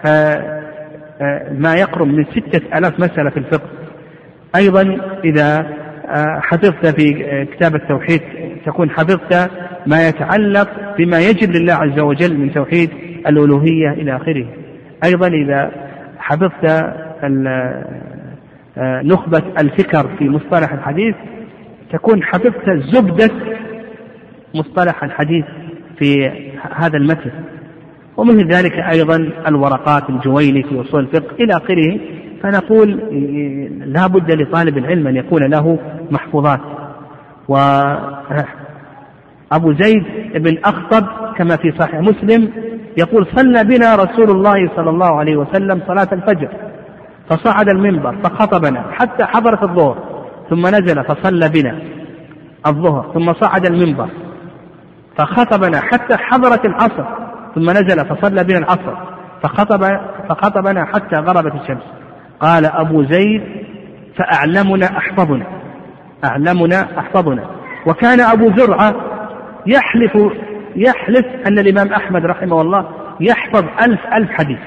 ما يقرب من ستة ألاف مسألة في الفقه. أيضا إذا حفظت في كتاب التوحيد تكون حفظت ما يتعلق بما يجب لله عز وجل من توحيد الألوهية إلى آخره. أيضا إذا حفظت نخبة الفكر في مصطلح الحديث تكون حفظت زبدة مصطلح الحديث في هذا المتن. ومن ذلك أيضا الورقات الجويني في أصول الفقه إلى آخره. فنقول لا بد لطالب العلم أن يكون له محفوظات. وأبو زيد بن أخطب كما في صحيح مسلم يقول صلى بنا رسول الله صلى الله عليه وسلم صلاة الفجر فصعد المنبر فخطبنا حتى حضرت الظهر ثم نزل فصلى بنا الظهر ثم صعد المنبر فخطبنا حتى حضرت العصر ثم نزل فصلى بنا العصر فخطب فخطبنا حتى غربت الشمس. قال أبو زيد فأعلمنا أحفظنا أعلمنا أحفظنا. وكان أبو زرعة يحلف يحلف أن الإمام أحمد رحمه الله يحفظ ألف ألف حديث.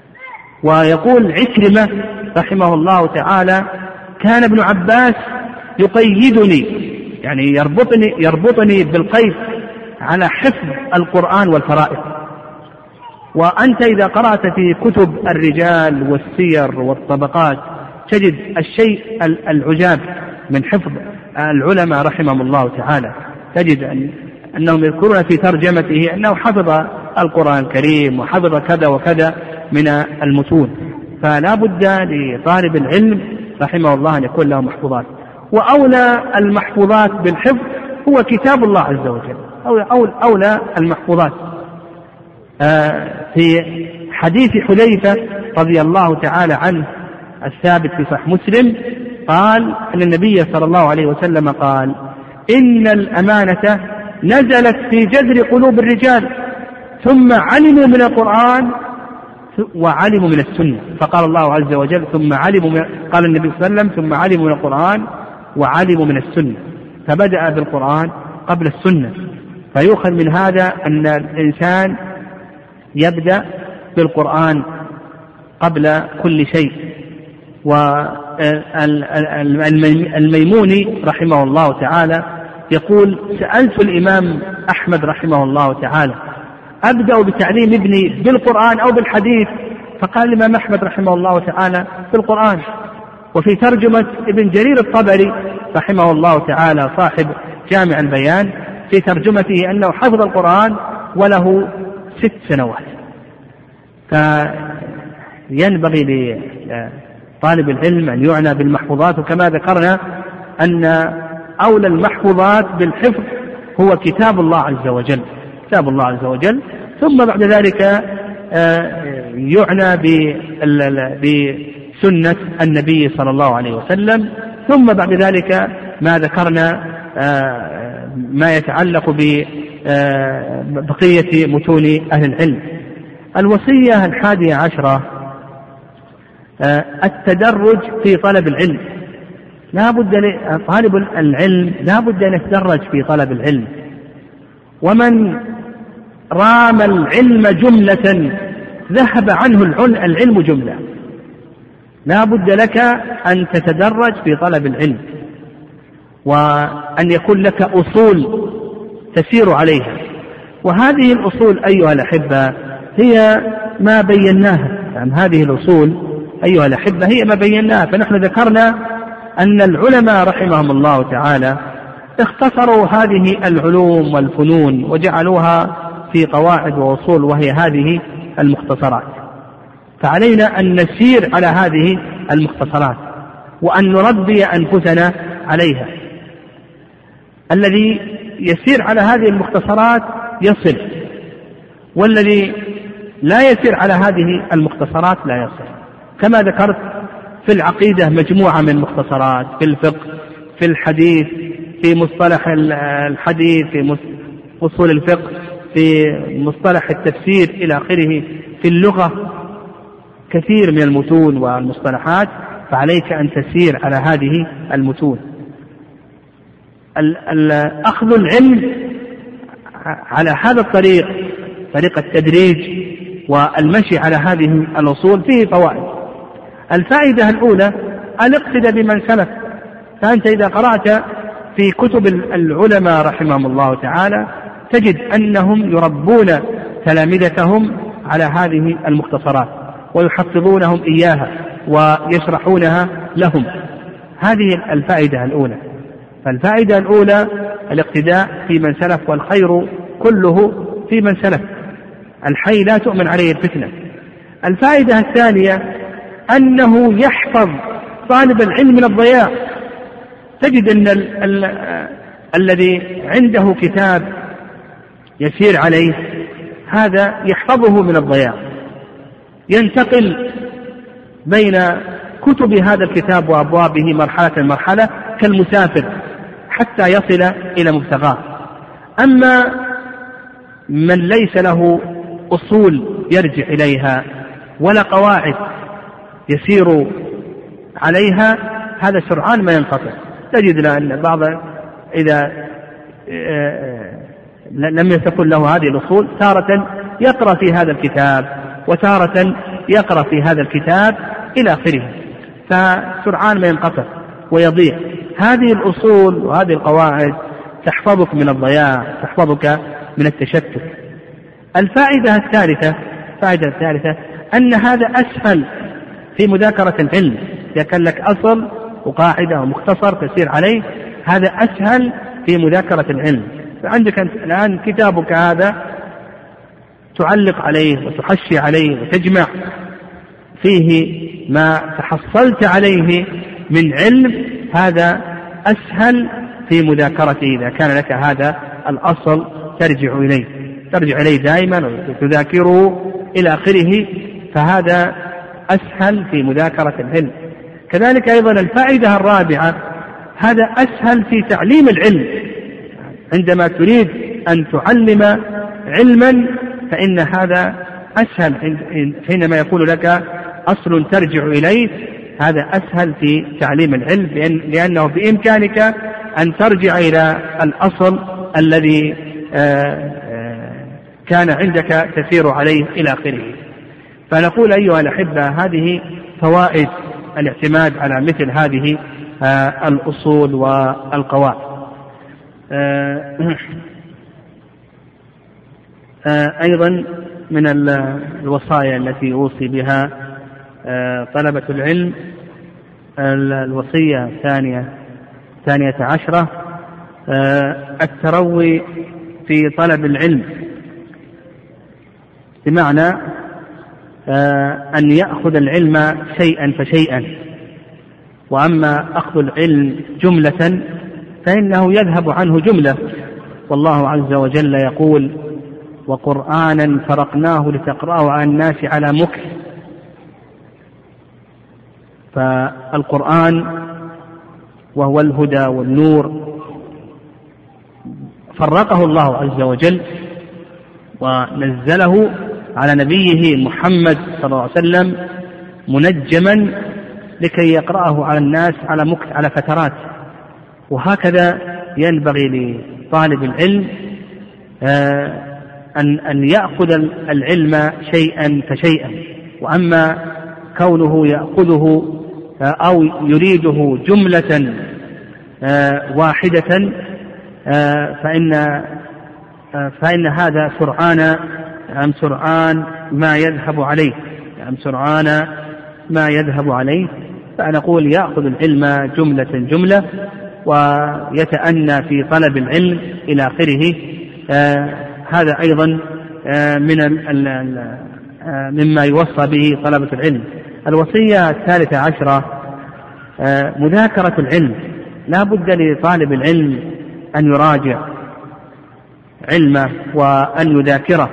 ويقول عكرمة رحمه الله تعالى كان ابن عباس يقيدني، يعني يربطني, يربطني بالقيد على حفظ القرآن والفرائض. وأنت إذا قرأت في كتب الرجال والسير والطبقات تجد الشيء العجاب من حفظ العلماء رحمهم الله تعالى، تجد أن أنهم يذكرون في ترجمته أنه حفظ القرآن الكريم وحفظ كذا وكذا من المتون. فلا بد لطالب العلم رحمه الله أن يكون له محفوظات، وأولى المحفوظات بالحفظ هو كتاب الله عز وجل، أو أولى المحفوظات. آه في حديث حذيفة رضي الله تعالى عنه الثابت في صحيح مسلم قال أن النبي صلى الله عليه وسلم قال: إن الأمانة نزلت في جذر قلوب الرجال ثم علموا من القرآن وعلموا من السنة. فقال الله عز وجل ثم علموا من... قال النبي صلى الله عليه وسلم ثم علموا من القرآن وعلموا من السنة، فبدأ بالقرآن قبل السنة. فيؤخذ من هذا أن الإنسان يبدأ بالقرآن قبل كل شيء. والميموني رحمه الله تعالى يقول: سألت الإمام أحمد رحمه الله تعالى أبدأ بتعليم ابني بالقرآن أو بالحديث؟ فقال الإمام أحمد رحمه الله تعالى بالقرآن. وفي ترجمة ابن جرير الطبري رحمه الله تعالى صاحب جامع البيان في ترجمته أنه حفظ القرآن وله ست سنوات. فينبغي لطالب العلم أن يعنى بالمحفوظات، وكما ذكرنا أن أولى المحفوظات بالحفظ هو كتاب الله عز وجل، كتاب الله عز وجل، ثم بعد ذلك يعنى بسنة النبي صلى الله عليه وسلم، ثم بعد ذلك ما ذكرنا ما يتعلق ببقية متون أهل العلم. الوصية الحادية عشرة التدرج في طلب العلم. لا بد طالب العلم لا بد أن يتدرج في طلب العلم، ومن رام العلم جملة ذهب عنه العلم جملة. لا بد لك أن تتدرج في طلب العلم، وأن يكون لك أصول تسير عليها. وهذه الأصول أيها الأحبة هي ما بيناها، يعني هذه الأصول أيها الأحبة هي ما بيناها. فنحن ذكرنا أن العلماء رحمهم الله تعالى اختصروا هذه العلوم والفنون وجعلوها في قواعد وأصول، وهي هذه المختصرات. فعلينا أن نسير على هذه المختصرات وأن نربي أنفسنا عليها. الذي يسير على هذه المختصرات يصل، والذي لا يسير على هذه المختصرات لا يصل. كما ذكرت في العقيدة مجموعة من مختصرات، في الفقه، في الحديث، في مصطلح الحديث، في أصول الفقه، في مصطلح التفسير إلى آخره، في اللغة كثير من المتون والمصطلحات. فعليك أن تسير على هذه المتون. أخذ العلم على هذا الطريق، طريق التدريج والمشي على هذه الأصول، فيه فوائد. الفائدة الأولى الاقتداء بمن سلف. فأنت إذا قرأت في كتب العلماء رحمهم الله تعالى تجد أنهم يربون تلامذتهم على هذه المختصرات ويحفظونهم إياها ويشرحونها لهم. هذه الفائدة الأولى. فالفائدة الأولى الاقتداء في من سلف، والخير كله في من سلف، الحي لا تؤمن عليه الفتنة. الفائدة الثانية أنه يحفظ طالب العلم من الضياع. تجد أن ال ال الذي عنده كتاب يسير عليه هذا يحفظه من الضياع، ينتقل بين كتب هذا الكتاب وأبوابه مرحلة مرحلة كالمسافر حتى يصل إلى مبتغاه. أما من ليس له أصول يرجع إليها ولا قواعد يسير عليها هذا سرعان ما ينقطع. تجد أن بعض إذا لم يكن له هذه الأصول تارة يقرأ في هذا الكتاب وتارة يقرأ في هذا الكتاب إلى آخره، فسرعان ما ينقطع ويضيع. هذه الأصول وهذه القواعد تحفظك من الضياع، تحفظك من التشتت. الفائدة الثالثة الفائدة الثالثة أن هذا أسهل في مذاكرة العلم. إذا كان لك أصل وقاعدة ومختصر تسير عليه، هذا أسهل في مذاكرة العلم. فعندك الآن كتابك هذا تعلق عليه وتحشي عليه وتجمع فيه ما تحصلت عليه من علم، هذا أسهل في مذاكرته إذا كان لك هذا الأصل ترجع إليه ترجع إليه دائما وتذاكره إلى آخره، فهذا أسهل في مذاكرة العلم. كذلك أيضا الفائدة الرابعة، هذا أسهل في تعليم العلم. عندما تريد أن تعلم علما فإن هذا أسهل حينما يقول لك أصل ترجع إليه، هذا أسهل في تعليم العلم، لأنه بإمكانك أن ترجع إلى الأصل الذي كان عندك تسير عليه إلى آخره. فنقول أيها الأحبة، هذه فوائد الاعتماد على مثل هذه الأصول والقواعد. أيضا من الوصايا التي أوصي بها طلبة العلم، الوصية الثانية الثانية عشرة، التروي في طلب العلم، بمعنى أن يأخذ العلم شيئا فشيئا، وأما أخذ العلم جملة فإنه يذهب عنه جملة. والله عز وجل يقول: وقرآنا فرقناه لتقرأه على الناس على مكث. فالقرآن وهو الهدى والنور فرقه الله عز وجل ونزله على نبيه محمد صلى الله عليه وسلم منجما لكي يقرأه على الناس على مكث، على فترات. وهكذا ينبغي لطالب العلم أن أن يأخذ العلم شيئا فشيئا. وأما كونه يأخذه أو يريده جملة واحدة فإن فإن هذا سرعان أم سرعان ما يذهب عليه أم سرعان ما يذهب عليه. فنقول يأخذ العلم جملة جملة ويتأنى في طلب العلم إلى آخره. هذا أيضا من مما يوصى به طلبة العلم. الوصية الثالثة عشرة مذاكرة العلم. لا بد لطالب العلم أن يراجع علمه وأن يذاكره.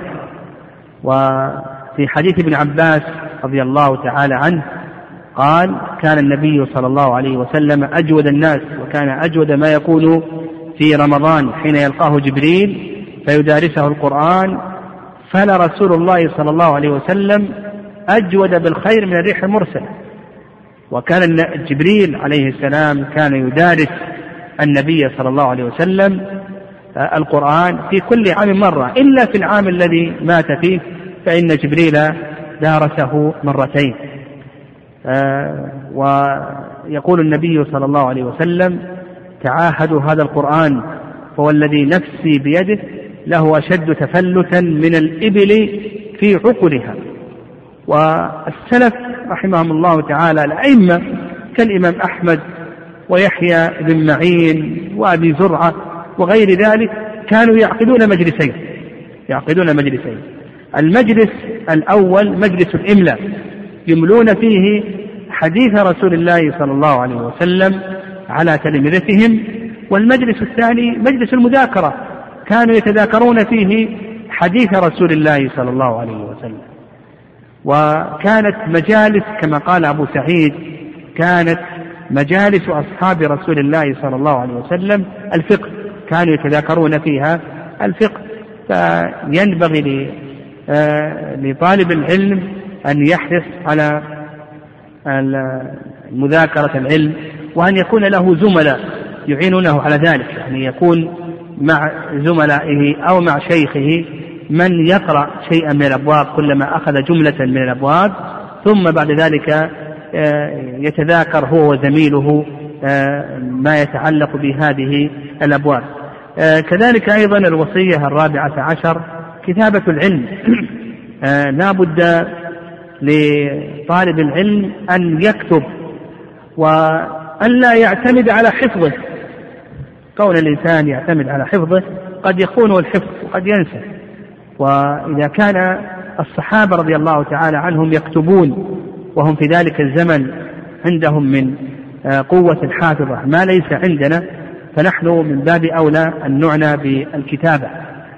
وفي حديث ابن عباس رضي الله تعالى عنه قال: كان النبي صلى الله عليه وسلم أجود الناس، وكان أجود ما يكون في رمضان حين يلقاه جبريل فيدارسه القرآن، فلرسول الله صلى الله عليه وسلم أجود بالخير من الريح المرسل. وكان جبريل عليه السلام كان يدارس النبي صلى الله عليه وسلم القرآن في كل عام مرة، إلا في العام الذي مات فيه فإن جبريل دارسه مرتين. ويقول النبي صلى الله عليه وسلم: تعاهدوا هذا القرآن فهو الذي نفسي بيده له أشد تفلتا من الإبل في عقلها. والسلف رحمهم الله تعالى الأئمة كالإمام أحمد ويحيى بن معين وأبي زرعة وغير ذلك كانوا يعقدون مجلسين يعقدون مجلسين المجلس الأول مجلس الإملاء يملون فيه حديث رسول الله صلى الله عليه وسلم على تلامذتهم، والمجلس الثاني مجلس المذاكرة كانوا يتذاكرون فيه حديث رسول الله صلى الله عليه وسلم. وكانت مجالس كما قال أبو سعيد كانت مجالس أصحاب رسول الله صلى الله عليه وسلم الفقه، كانوا يتذاكرون فيها الفقه. فينبغي لطالب العلم أن يحرص على مذاكرة العلم، وأن يكون له زملاء يعينونه على ذلك، يعني يكون مع زملائه أو مع شيخه من يقرأ شيئا من الأبواب كلما أخذ جملة من الأبواب، ثم بعد ذلك يتذاكر هو وزميله ما يتعلق بهذه الأبواب. كذلك أيضا الوصية الرابعة عشر كتابة العلم. لا بد لطالب العلم أن يكتب وأن لا يعتمد على حفظه. كون الإنسان يعتمد على حفظه قد يخونه الحفظ وقد ينسى. وإذا كان الصحابة رضي الله تعالى عنهم يكتبون وهم في ذلك الزمن عندهم من قوة الحافظة ما ليس عندنا، فنحن من باب أولى أن نعنى بالكتابة.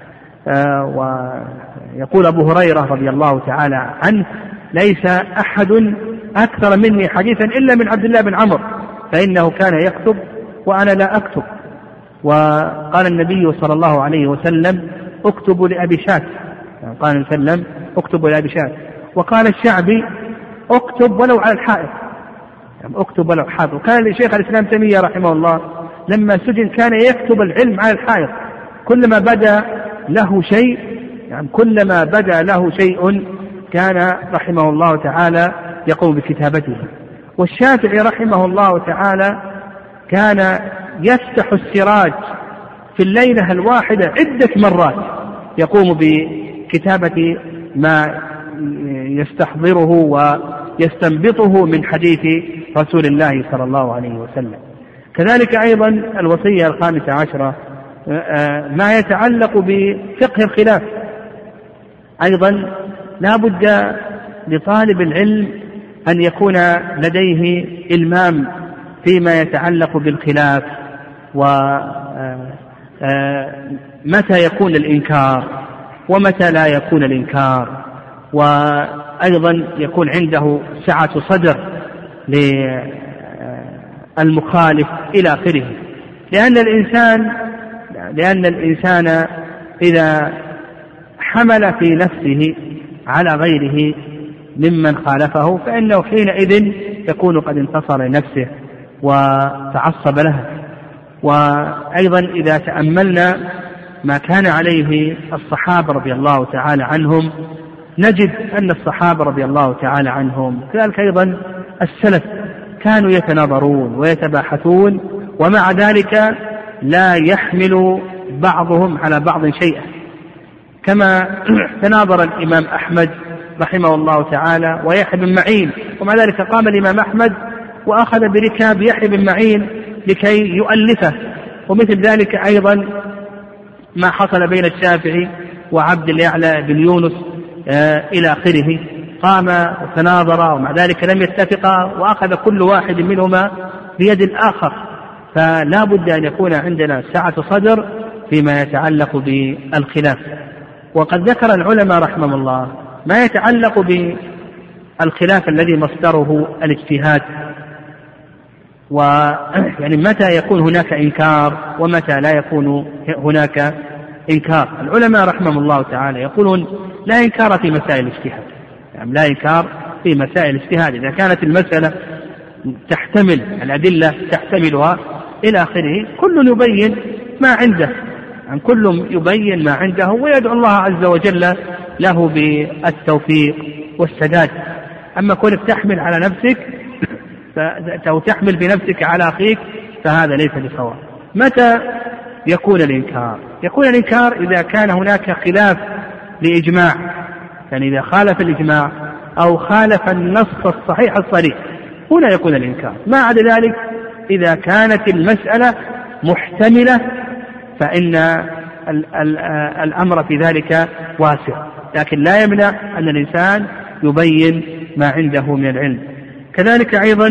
ويقول أبو هريرة رضي الله تعالى عنه: ليس أحد أكثر مني حديثا إلا من عبد الله بن عمرو فإنه كان يكتب وأنا لا أكتب. وقال النبي صلى الله عليه وسلم: اكتبوا لأبي شات، قال النبي صلى الله عليه وسلم: اكتبوا لأبي شات. وقال الشعبي: اكتب ولو على الحائط، يعني اكتب ولو حائط. وكان الشيخ الإسلام تيمية رحمه الله لما سجن كان يكتب العلم على الحائط، كلما بدا له شيء يعني كلما بدا له شيء كان رحمه الله تعالى يقوم بكتابته. والشافعي رحمه الله تعالى كان يفتح السراج في الليلة الواحدة عدة مرات يقوم بكتابة ما يستحضره ويستنبطه من حديث رسول الله صلى الله عليه وسلم. كذلك أيضا الوصية الخامسة عشرة ما يتعلق بفقه الخلاف. أيضا لا بد لطالب العلم أن يكون لديه إلمام فيما يتعلق بالخلاف، ومتى يكون الإنكار ومتى لا يكون الإنكار، وأيضا يكون عنده سعة صدر للمخالف إلى آخره. لأن الإنسان لأن الإنسان إذا حمل في نفسه على غيره ممن خالفه فإنه حينئذ يكون قد انتصر لنفسه وتعصب لها. وأيضا إذا تأملنا ما كان عليه الصحابة رضي الله تعالى عنهم نجد أن الصحابة رضي الله تعالى عنهم كذلك أيضا السلف كانوا يتناظرون ويتباحثون، ومع ذلك لا يحمل بعضهم على بعض شيئا، كما تناظر الإمام أحمد رحمه الله تعالى ويحيى بن معين، ومع ذلك قام الإمام أحمد وأخذ بركاب يحيى بن معين لكي يؤلفه. ومثل ذلك أيضا ما حصل بين الشافعي وعبد الأعلى بن يونس آه إلى آخره، قام وتناظر ومع ذلك لم يتفقا وأخذ كل واحد منهما بيد الآخر. فلا بد أن يكون عندنا سعة صدر فيما يتعلق بالخلاف. وقد ذكر العلماء رحمه الله ما يتعلق بالخلاف الذي مصدره الاجتهاد، ويعني متى يكون هناك إنكار ومتى لا يكون هناك إنكار. العلماء رحمهم الله تعالى يقولون لا إنكار في مسائل الاجتهاد، يعني لا إنكار في مسائل الاجتهاد إذا كانت المسألة تحتمل الأدلة تحتملها إلى آخره، كل يبين ما عنده، يعني كل يبين ما عنده ويدعو الله عز وجل له بالتوفيق والسداد. أما كونك تحمل على نفسك أو تحمل بنفسك على أخيك فهذا ليس بصواب. متى يكون الإنكار؟ يكون الإنكار إذا كان هناك خلاف لإجماع، يعني إذا خالف الإجماع أو خالف النص الصحيح الصريح هنا يكون الإنكار. ما عدا ذلك إذا كانت المسألة محتملة فإن الأمر في ذلك واسع، لكن لا يمنع أن الإنسان يبين ما عنده من العلم. كذلك أيضا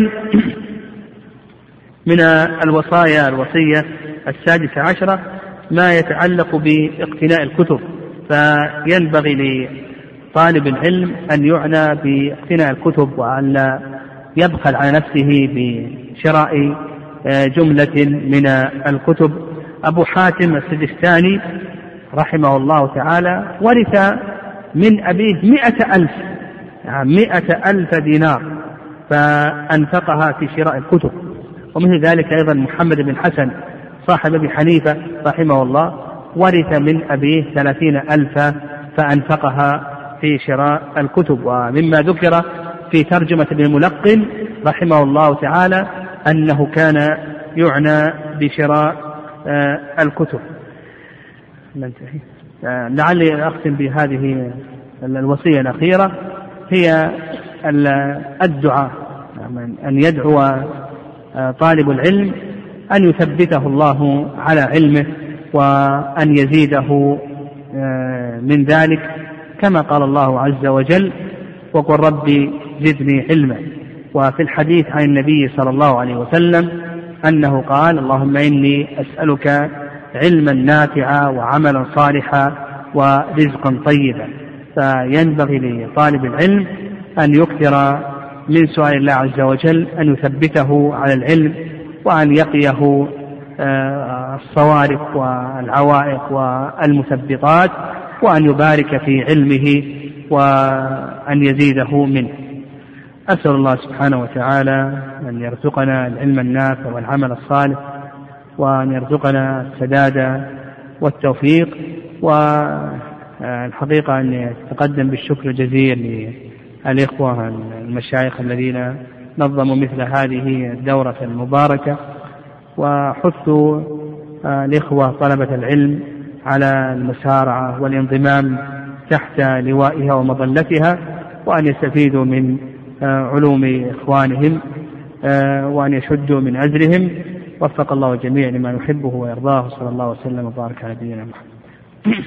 من الوصايا الوصية السادسة عشرة ما يتعلق باقتناء الكتب. فينبغي لطالب العلم أن يعنى باقتناء الكتب وأن لا يبخل على نفسه بشراء جملة من الكتب. أبو حاتم السجستاني رحمه الله تعالى ورث من أبيه مئة ألف يعني مئة ألف دينار فأنفقها في شراء الكتب. ومثل ذلك أيضا محمد بن حسن صاحب أبي حنيفة رحمه الله ورث من أبيه ثلاثين ألفا فأنفقها في شراء الكتب. ومما ذكر في ترجمة ابن الملقن رحمه الله تعالى أنه كان يعنى بشراء الكتب. لعلي أختم بهذه الوصية الأخيرة، هي الدعاء، أن يدعو طالب العلم أن يثبته الله على علمه وأن يزيده من ذلك، كما قال الله عز وجل: وقل ربي زدني علما. وفي الحديث عن النبي صلى الله عليه وسلم أنه قال: اللهم إني أسألك علما نافعا وعملا صالحا ورزقا طيبا. فينبغي لطالب العلم أن يكثر من سؤال الله عز وجل أن يثبته على العلم، وأن يقيه الصوارف والعوائق والمثبطات، وأن يبارك في علمه وأن يزيده منه. أسأل الله سبحانه وتعالى أن يرزقنا العلم النافع والعمل الصالح، وأن يرزقنا السداد والتوفيق. والحقيقة أن يتقدم بالشكر الجزيل للإخوة المشايخ الذين نظموا مثل هذه الدورة المباركة، وحثوا الإخوة طلبة العلم على المسارعة والانضمام تحت لوائها ومظلتها، وأن يستفيدوا من علوم إخوانهم وأن يشدوا من أجرهم. وفق الله الجميع لما يحبه ويرضاه، صلى الله وسلم وبارك على نبينا محمد.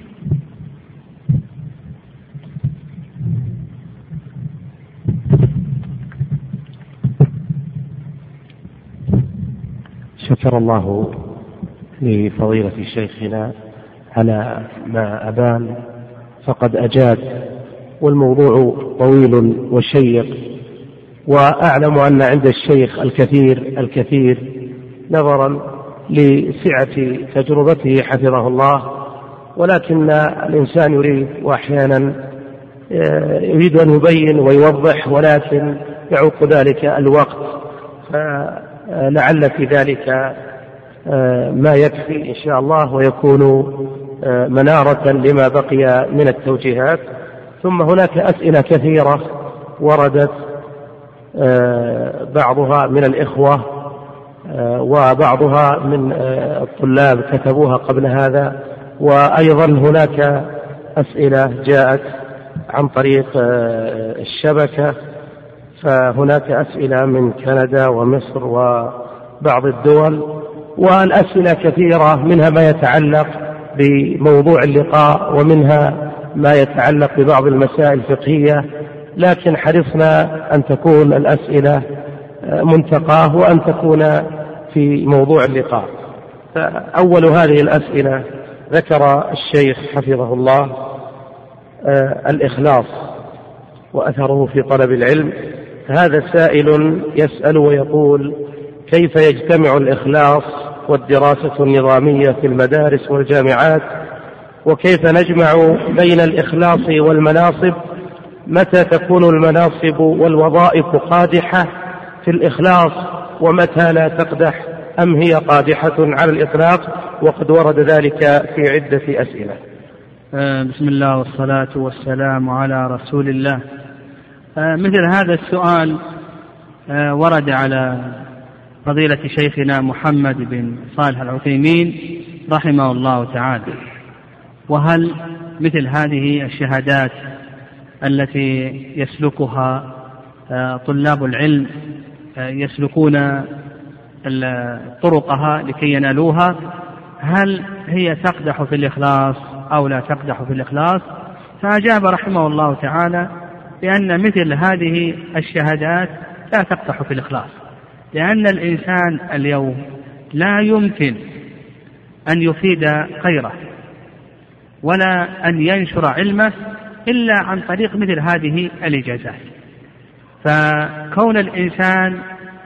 شكر الله لفضيلة شيخنا على ما أبان، فقد أجاد، والموضوع طويل وشيق، وأعلم أن عند الشيخ الكثير الكثير نظرا لسعة تجربته حفظه الله، ولكن الإنسان يريد وأحيانا يريد أن يبين ويوضح، ولكن يعوق ذلك الوقت، فلعل في ذلك ما يكفي إن شاء الله، ويكون منارة لما بقي من التوجيهات. ثم هناك أسئلة كثيرة وردت، بعضها من الإخوة وبعضها من الطلاب كتبوها قبل هذا، وأيضا هناك أسئلة جاءت عن طريق الشبكة، فهناك أسئلة من كندا ومصر وبعض الدول، والأسئلة كثيرة، منها ما يتعلق بموضوع اللقاء ومنها ما يتعلق ببعض المسائل الفقهية، لكن حرصنا أن تكون الأسئلة منتقاه وأن تكون في موضوع اللقاء. فأول هذه الأسئلة ذكر الشيخ حفظه الله الإخلاص وأثره في طلب العلم. هذا سائل يسأل ويقول: كيف يجتمع الإخلاص والدراسة النظامية في المدارس والجامعات؟ وكيف نجمع بين الإخلاص والمناصب؟ متى تكون المناصب والوظائف قادحة في الإخلاص، ومتى لا تقدح، أم هي قادحة على الإطلاق؟ وقد ورد ذلك في عدة أسئلة. بسم الله والصلاة والسلام على رسول الله. مثل هذا السؤال ورد على فضيلة شيخنا محمد بن صالح العثيمين رحمه الله تعالى. وهل مثل هذه الشهادات التي يسلكها طلاب العلم يسلكون طرقها لكي ينالوها، هل هي تقدح في الإخلاص أو لا تقدح في الإخلاص؟ فأجاب رحمه الله تعالى بأن مثل هذه الشهادات لا تقدح في الإخلاص، لأن الإنسان اليوم لا يمكن أن يفيد غيره ولا أن ينشر علمه إلا عن طريق مثل هذه الإجازات. فكون الإنسان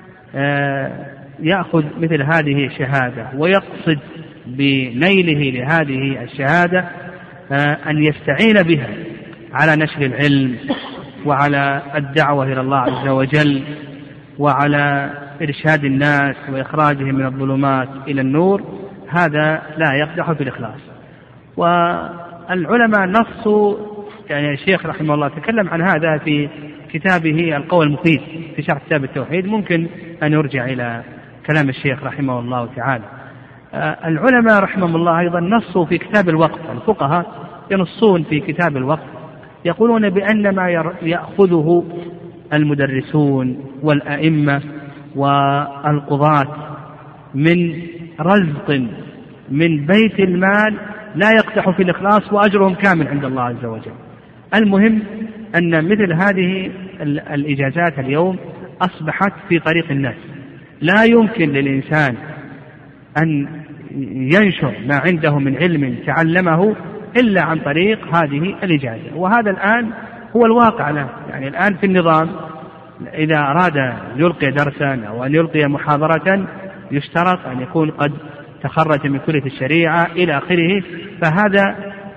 يأخذ مثل هذه الشهادة ويقصد بنيله لهذه الشهادة أن يستعين بها على نشر العلم وعلى الدعوة إلى الله عز وجل وعلى إرشاد الناس وإخراجهم من الظلمات إلى النور، هذا لا يقدح في الإخلاص. والعلماء نصوا، يعني الشيخ رحمه الله تكلم عن هذا في كتابه القول المفيد في شرح كتاب التوحيد، ممكن أن يرجع إلى كلام الشيخ رحمه الله تعالى. العلماء رحمهم الله أيضا نصوا في كتاب الوقت، الفقهاء ينصون في كتاب الوقت يقولون بأن ما يأخذه المدرسون والأئمة والقضاة من رزق من بيت المال لا يقدح في الإخلاص وأجرهم كامل عند الله عز وجل. المهم أن مثل هذه الإجازات اليوم أصبحت في طريق الناس، لا يمكن للإنسان أن ينشر ما عنده من علم تعلمه إلا عن طريق هذه الإجازة، وهذا الآن هو الواقع له. يعني الآن في النظام إذا أراد يلقي درسا أو أن يلقي محاضرة يشترط أن يكون قد تخرج من كلية الشريعة إلى آخره. فهذا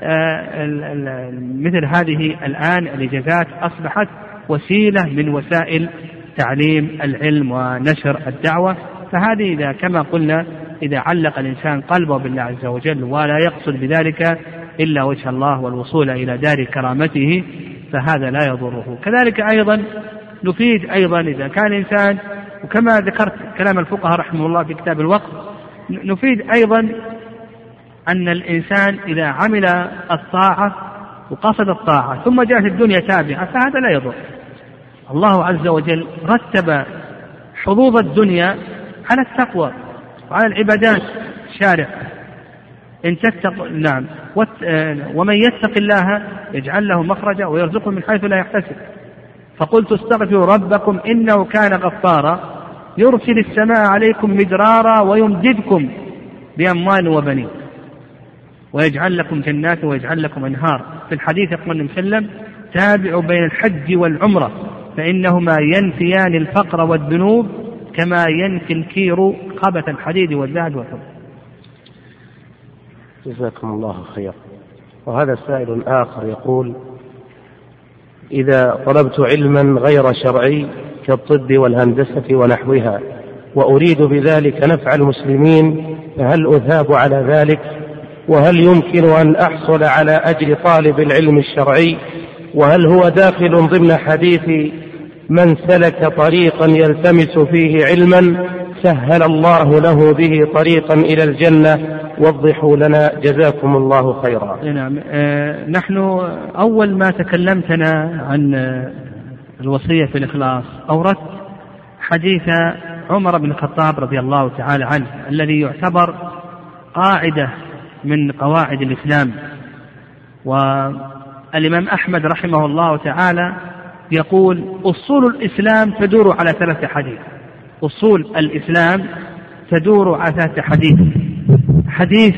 مثل هذه الآن الإجازات أصبحت وسيلة من وسائل تعليم العلم ونشر الدعوة. فهذه إذا كما قلنا إذا علق الإنسان قلبه بالله عز وجل ولا يقصد بذلك إلا وجه الله والوصول إلى دار كرامته فهذا لا يضره. كذلك أيضا نفيد أيضا إذا كان إنسان، وكما ذكرت كلام الفقهاء رحمه الله في كتاب الوقت، نفيد أيضا أن الإنسان إذا عمل الطاعة وقصد الطاعة ثم جاءت الدنيا تابعة فهذا لا يضر. الله عز وجل رتب حظوظ الدنيا على التقوى وعلى العبادات الشارع. إن تتق نعم ومن يتق الله يجعل له مخرجا ويرزقه من حيث لا يحتسب. فقلت استغفروا ربكم إنه كان غفارا يرسل السماء عليكم مدرارا ويمددكم بأموال وبنين ويجعل لكم جنات ويجعل لكم أنهار. في الحديث يقول النبي صلى الله عليه وسلم تابعوا بين الحج والعمرة فإنهما ينفيان الفقر والذنوب كما ينفي الكير خبث الحديد والذهب والحب. جزاكم الله خير. وهذا سائل آخر يقول إذا طلبت علما غير شرعي كالطب والهندسة ونحوها وأريد بذلك نفع المسلمين فهل أثاب على ذلك؟ وهل يمكن أن أحصل على أجر طالب العلم الشرعي؟ وهل هو داخل ضمن حديث من سلك طريقا يلتمس فيه علما سهل الله له به طريقا إلى الجنة؟ وضحوا لنا جزاكم الله خيرا. نعم. آه نحن أول ما تكلمتنا عن الوصية في الإخلاص أوردت حديث عمر بن الخطاب رضي الله تعالى عنه الذي يعتبر قاعدة من قواعد الإسلام. والإمام أحمد رحمه الله تعالى يقول أصول الإسلام تدور على ثلاثة حديث. أصول الإسلام تدور على ثلاثة حديث. حديث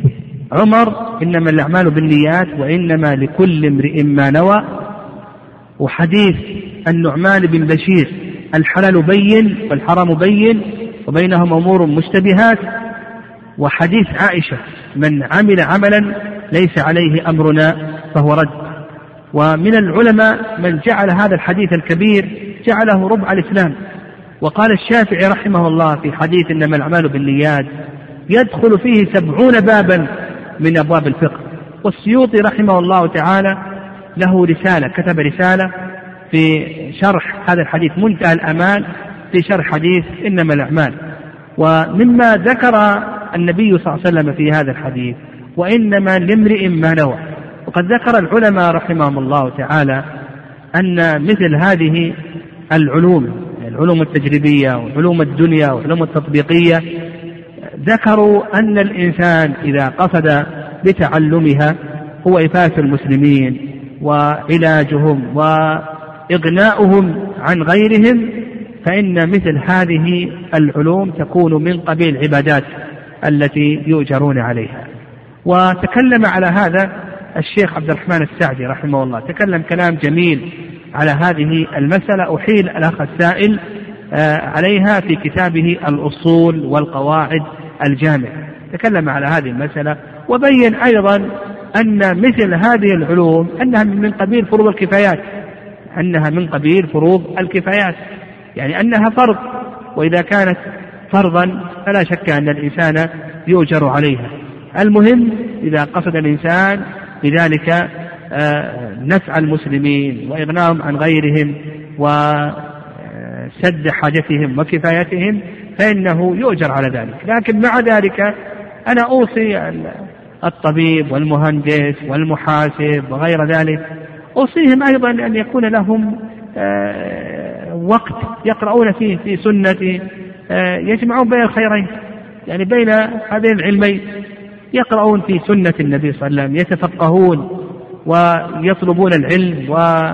عمر إنما الأعمال بالنيات وإنما لكل امرئ ما نوى، وحديث النعمان بن بشير الحلال بين والحرام بين وبينهم أمور مشتبهات، وحديث عائشة من عمل عملا ليس عليه أمرنا فهو رد. ومن العلماء من جعل هذا الحديث الكبير جعله ربع الإسلام. وقال الشافعي رحمه الله في حديث إنما الأعمال بالنيات يدخل فيه سبعون بابا من أبواب الفقه. والسيوطي رحمه الله تعالى له رسالة، كتب رسالة في شرح هذا الحديث منتهى الأمال في شرح حديث إنما الأعمال. ومما ذكر النبي صلى الله عليه وسلم في هذا الحديث وإنما لامرئ ما نوى. وقد ذكر العلماء رحمهم الله تعالى أن مثل هذه العلوم العلوم التجريبية والعلوم الدنيا والعلوم التطبيقية ذكروا أن الإنسان إذا قصد بتعلمها هو إفادة المسلمين وعلاجهم وإغناؤهم عن غيرهم، فإن مثل هذه العلوم تكون من قبيل العبادات التي يؤجرون عليها. وتكلم على هذا الشيخ عبد الرحمن السعدي رحمه الله، تكلم كلام جميل على هذه المسألة، أحيل الأخ السائل عليها في كتابه الأصول والقواعد الجامع، تكلم على هذه المسألة وبين أيضا أن مثل هذه العلوم أنها من قبيل فروض الكفايات، أنها من قبيل فروض الكفايات، يعني أنها فرض، وإذا كانت فرضا فلا شك أن الإنسان يؤجر عليها. المهم إذا قصد الإنسان بذلك نفع المسلمين وإغناهم عن غيرهم وسد حاجتهم وكفايتهم فإنه يؤجر على ذلك. لكن مع ذلك أنا أوصي الطبيب والمهندس والمحاسب وغير ذلك، أوصيهم أيضا أن يكون لهم وقت يقرؤون فيه في سنة، يجمعون بين الخيرين، يعني بين هذين العلمين، يقرؤون في سنة النبي صلى الله عليه وسلم، يتفقهون ويطلبون العلم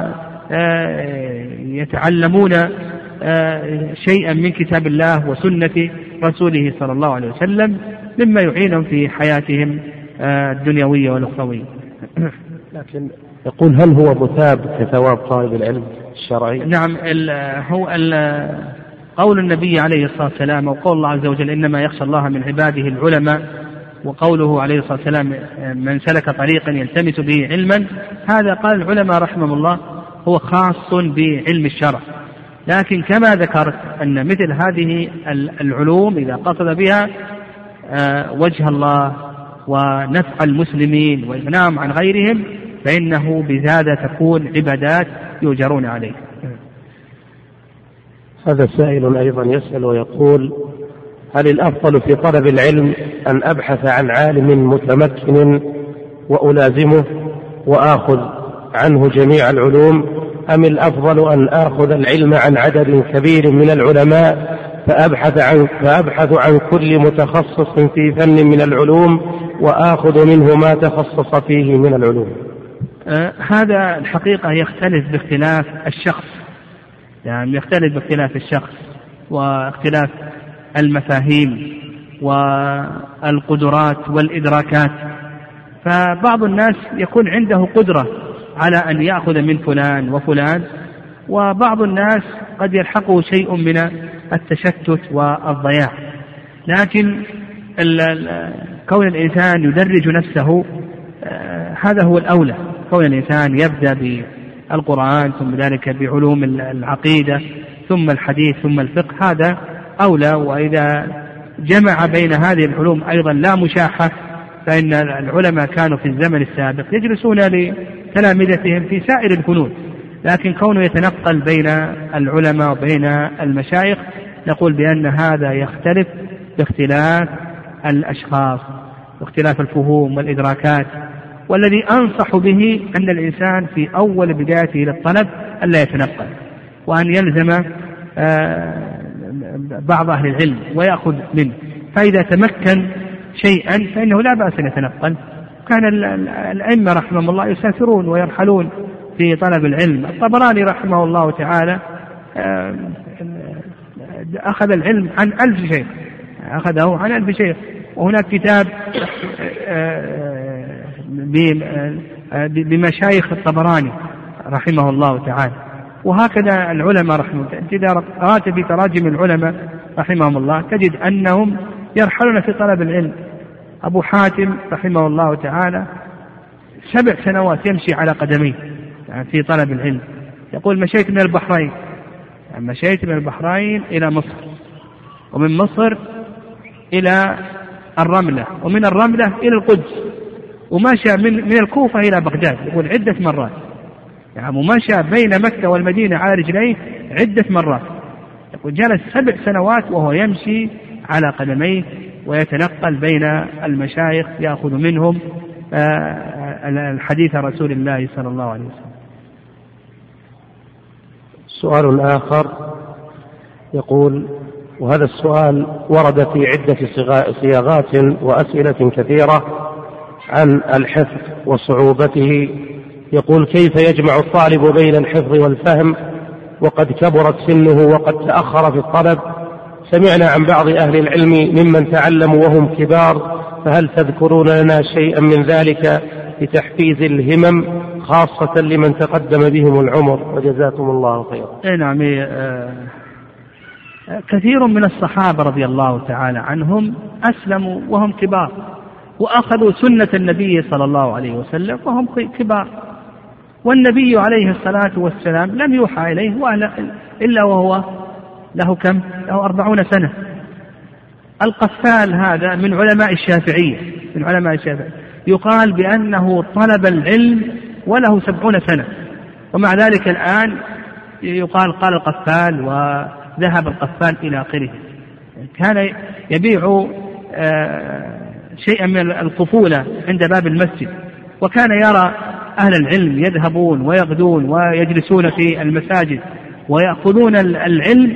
ويتعلمون شيئا من كتاب الله وسنة رسوله صلى الله عليه وسلم مما يعينهم في حياتهم الدنيوية والأخروية. لكن يقول هل هو مثاب كثواب طالب العلم الشرعي؟ نعم، ال هو ال قول النبي عليه الصلاة والسلام وقول الله عز وجل إنما يخشى الله من عباده العلماء، وقوله عليه الصلاة والسلام من سلك طريقا يلتمس به علما، هذا قال العلماء رحمهم الله هو خاص بعلم الشرع. لكن كما ذكرت أن مثل هذه العلوم إذا قصد بها وجه الله ونفع المسلمين وإغناهم عن غيرهم فإنه بذلك تكون عبادات يؤجرون عليه. هذا سائل أيضا يسأل ويقول هل الأفضل في طلب العلم أن أبحث عن عالم متمكن وألازمه وآخذ عنه جميع العلوم، أم الأفضل أن آخذ العلم عن عدد كبير من العلماء فأبحث عن, فأبحث عن كل متخصص في فن من العلوم وآخذ منه ما تخصص فيه من العلوم؟ آه هذا الحقيقة يختلف باختلاف الشخص، يعني يختلف باختلاف الشخص واختلاف المفاهيم والقدرات والإدراكات. فبعض الناس يكون عنده قدرة على أن يأخذ من فلان وفلان، وبعض الناس قد يلحقه شيء من التشتت والضياع. لكن كون الإنسان يدرج نفسه هذا هو الأولى، كون الإنسان يبدأ بالقرآن ثم ذلك بعلوم العقيدة ثم الحديث ثم الفقه، هذا أولى. وإذا جمع بين هذه العلوم أيضا لا مشاحة، فإن العلماء كانوا في الزمن السابق يجلسون لتلامذتهم في سائر الفنون، لكن كونه يتنقل بين العلماء وبين المشايخ نقول بأن هذا يختلف باختلاف الأشخاص واختلاف الفهوم والإدراكات. والذي أنصح به أن الإنسان في أول بدايته للطلب ألا يتنقل، وأن يلزم بعض أهل العلم ويأخذ منه، فإذا تمكن شيئا فإنه لا بأس أن يتنقل. كان الأئمة رحمهم الله يسافرون ويرحلون في طلب العلم. الطبراني رحمه الله تعالى أخذ العلم عن ألف شيخ، أخذه عن ألف شيخ. وهناك كتاب بمشايخ الطبراني رحمه الله تعالى. وهكذا العلماء رحمه الله، إذا قرأت في تراجم العلماء رحمهم الله تجد أنهم يرحلون في طلب العلم. أبو حاتم رحمه الله تعالى سبع سنوات يمشي على قدميه يعني في طلب العلم. يقول مشيت من البحرين، يعني مشيت من البحرين إلى مصر، ومن مصر إلى الرملة، ومن الرملة إلى القدس، ومشى من, من الكوفة إلى بغداد. يقول عدة مرات، يعني مشى بين مكة والمدينة على رجليه عدة مرات. يقول جلس سبع سنوات وهو يمشي على قدميه ويتنقل بين المشايخ يأخذ منهم الحديث رسول الله صلى الله عليه وسلم. سؤال آخر يقول، وهذا السؤال ورد في عدة صياغات وأسئلة كثيرة عن الحفظ وصعوبته. يقول كيف يجمع الطالب بين الحفظ والفهم وقد كبرت سنه وقد تأخر في الطلب؟ سمعنا عن بعض أهل العلم ممن تعلموا وهم كبار، فهل تذكرون لنا شيئا من ذلك لتحفيز الهمم خاصة لمن تقدم بهم العمر؟ وجزاكم الله خيرا. نعم، كثير من الصحابة رضي الله تعالى عنهم أسلموا وهم كبار، وأخذوا سنة النبي صلى الله عليه وسلم وهم كبار، والنبي عليه الصلاة والسلام لم يوحى إليه إلا وهو له كم؟ له أربعون سنة. القفال هذا من علماء الشافعية، من علماء الشافعية يقال بأنه طلب العلم وله سبعون سنة، ومع ذلك الآن يقال قال القفال وذهب القفال إلى آخره. كان يبيع شيئا من القفولة عند باب المسجد، وكان يرى أهل العلم يذهبون ويغدون ويجلسون في المساجد ويأخذون العلم،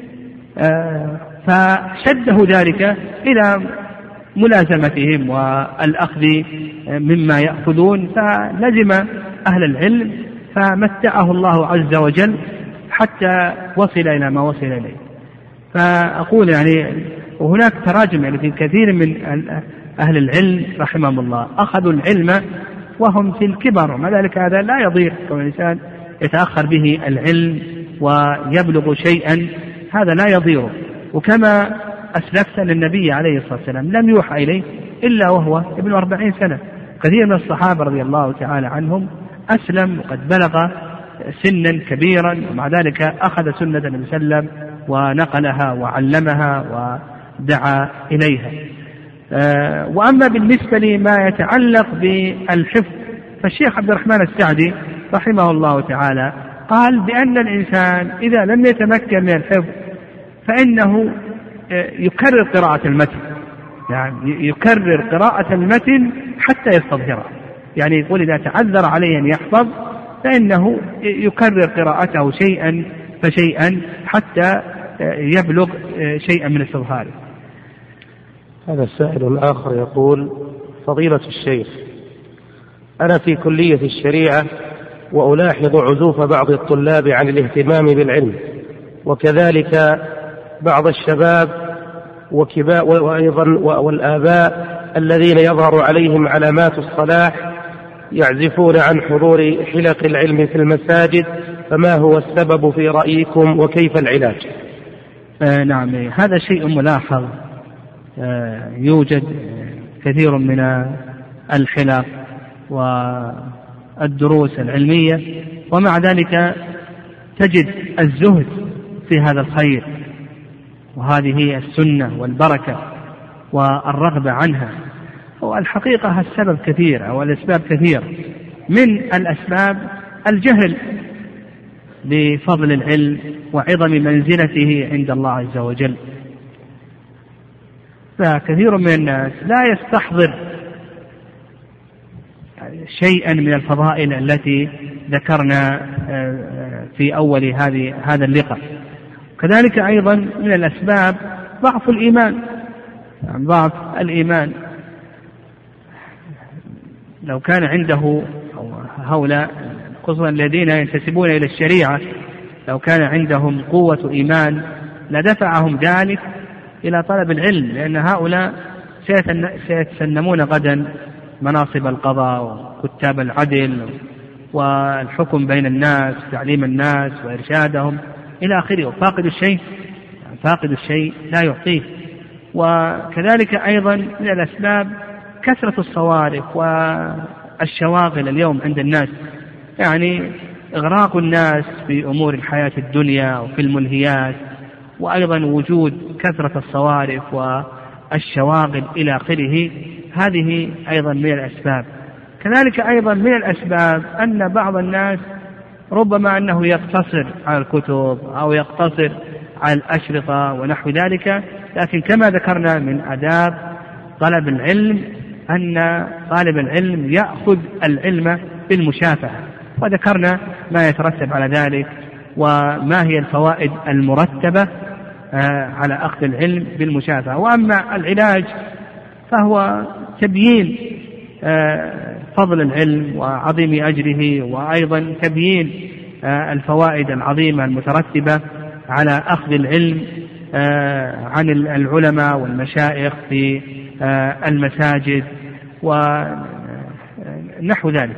فشده ذلك إلى ملازمتهم والأخذ مما يأخذون، فلزم أهل العلم فمتعه الله عز وجل حتى وصل إلى ما وصل إليه. فأقول يعني وهناك تراجم يعني في كثير من أهل العلم رحمهم الله أخذوا العلم وهم في الكبر، ومع ذلك هذا لا يضير كون الإنسان يتأخر به العلم ويبلغ شيئا، هذا لا يضيره. وكما أسلفت أن النبي عليه الصلاة والسلام لم يوحى إليه إلا وهو ابن أربعين سنة. كثير من الصحابة رضي الله تعالى عنهم أسلم وقد بلغ سنا كبيرا، ومع ذلك أخذ سنة النبي صلى الله عليه وسلم ونقلها وعلمها ودعا إليها. أه وأما بالنسبة لما يتعلق بالحفظ فالشيخ عبد الرحمن السعدي رحمه الله تعالى قال بأن الإنسان إذا لم يتمكن من الحفظ فإنه يكرر قراءة المتن، يعني يكرر قراءة المتن حتى يستظهره. يعني يقول إذا تعذر عليه أن يحفظ فإنه يكرر قراءته شيئا فشيئا حتى يبلغ شيئا من استظهاره. هذا السائل آخر يقول: فضيلة الشيخ، أنا في كلية الشريعة وألاحظ عزوف بعض الطلاب عن الاهتمام بالعلم، وكذلك بعض الشباب وكباء وأيضا والآباء الذين يظهر عليهم علامات الصلاح يعزفون عن حضور حلق العلم في المساجد، فما هو السبب في رأيكم وكيف العلاج؟ آه نعم، هذا شيء ملاحظ. آه يوجد كثير من الحلق والدروس العلمية، ومع ذلك تجد الزهد في هذا الخير، وهذه هي السنة والبركة والرغبة عنها. والحقيقة السبب كثير أو الأسباب كثير. من الأسباب الجهل بفضل العلم وعظم منزلته عند الله عز وجل، فكثير من الناس لا يستحضر شيئا من الفضائل التي ذكرنا في أول هذه هذا اللقاء. كذلك أيضا من الأسباب ضعف الإيمان، يعني ضعف الإيمان. لو كان عنده هؤلاء خصوصا الذين ينتسبون إلى الشريعة لو كان عندهم قوة إيمان لدفعهم ذلك إلى طلب العلم، لأن هؤلاء سيتسنمون غدا مناصب القضاء وكتاب العدل والحكم بين الناس، تعليم الناس وإرشادهم إلى آخره. وفاقد الشيء فاقد الشيء لا يعطيه. وكذلك أيضا من الأسباب كثرة الصوارف والشواغل اليوم عند الناس، يعني إغراق الناس في أمور الحياة الدنيا وفي الملهيات، وأيضا وجود كثرة الصوارف والشواغل إلى آخره. هذه أيضا من الأسباب. كذلك أيضا من الأسباب أن بعض الناس ربما أنه يقتصر على الكتب أو يقتصر على الأشرطة ونحو ذلك، لكن كما ذكرنا من آداب طلب العلم أن طالب العلم يأخذ العلم بالمشافهة، وذكرنا ما يترتب على ذلك وما هي الفوائد المرتبة على أخذ العلم بالمشافهة. وأما العلاج فهو تبيين فضل العلم وعظيم أجره، وأيضا تبيين الفوائد العظيمة المترتبة على أخذ العلم عن العلماء والمشايخ في المساجد ونحو ذلك.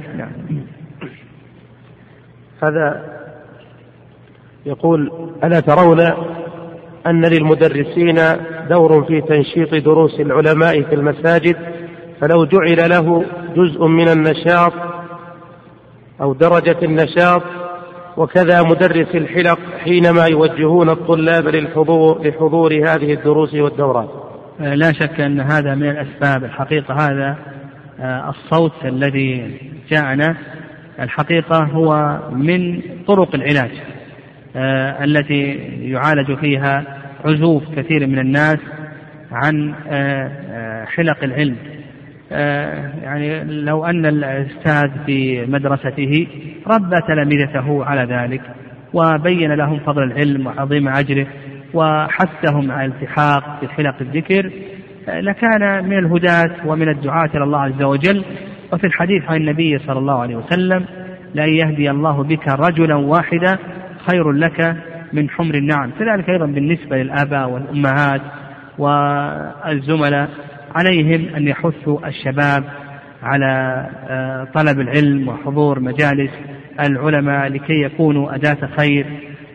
هذا يقول: ألا ترون أن للمدرسين دور في تنشيط دروس العلماء في المساجد، فلو جعل له جزء من النشاط أو درجة النشاط، وكذا مدرس الحلق حينما يوجهون الطلاب للحضور لحضور هذه الدروس والدورات؟ لا شك أن هذا من الأسباب. الحقيقة هذا الصوت الذي جاءنا الحقيقة هو من طرق العلاج، آه التي يعالج فيها عزوف كثير من الناس عن آه آه حلق العلم. آه يعني لو أن الأستاذ في مدرسته ربى تلامذته على ذلك وبين لهم فضل العلم وعظيم أجره وحثهم على الالتحاق في حلق الذكر لكان من الهداة ومن الدعاة إلى الله عز وجل. وفي الحديث عن النبي صلى الله عليه وسلم: لأن يهدي الله بك رجلا واحدا خير لك من حمر النعم. كذلك أيضا بالنسبة للآباء والأمهات والزملاء عليهم أن يحثوا الشباب على طلب العلم وحضور مجالس العلماء لكي يكونوا أداة خير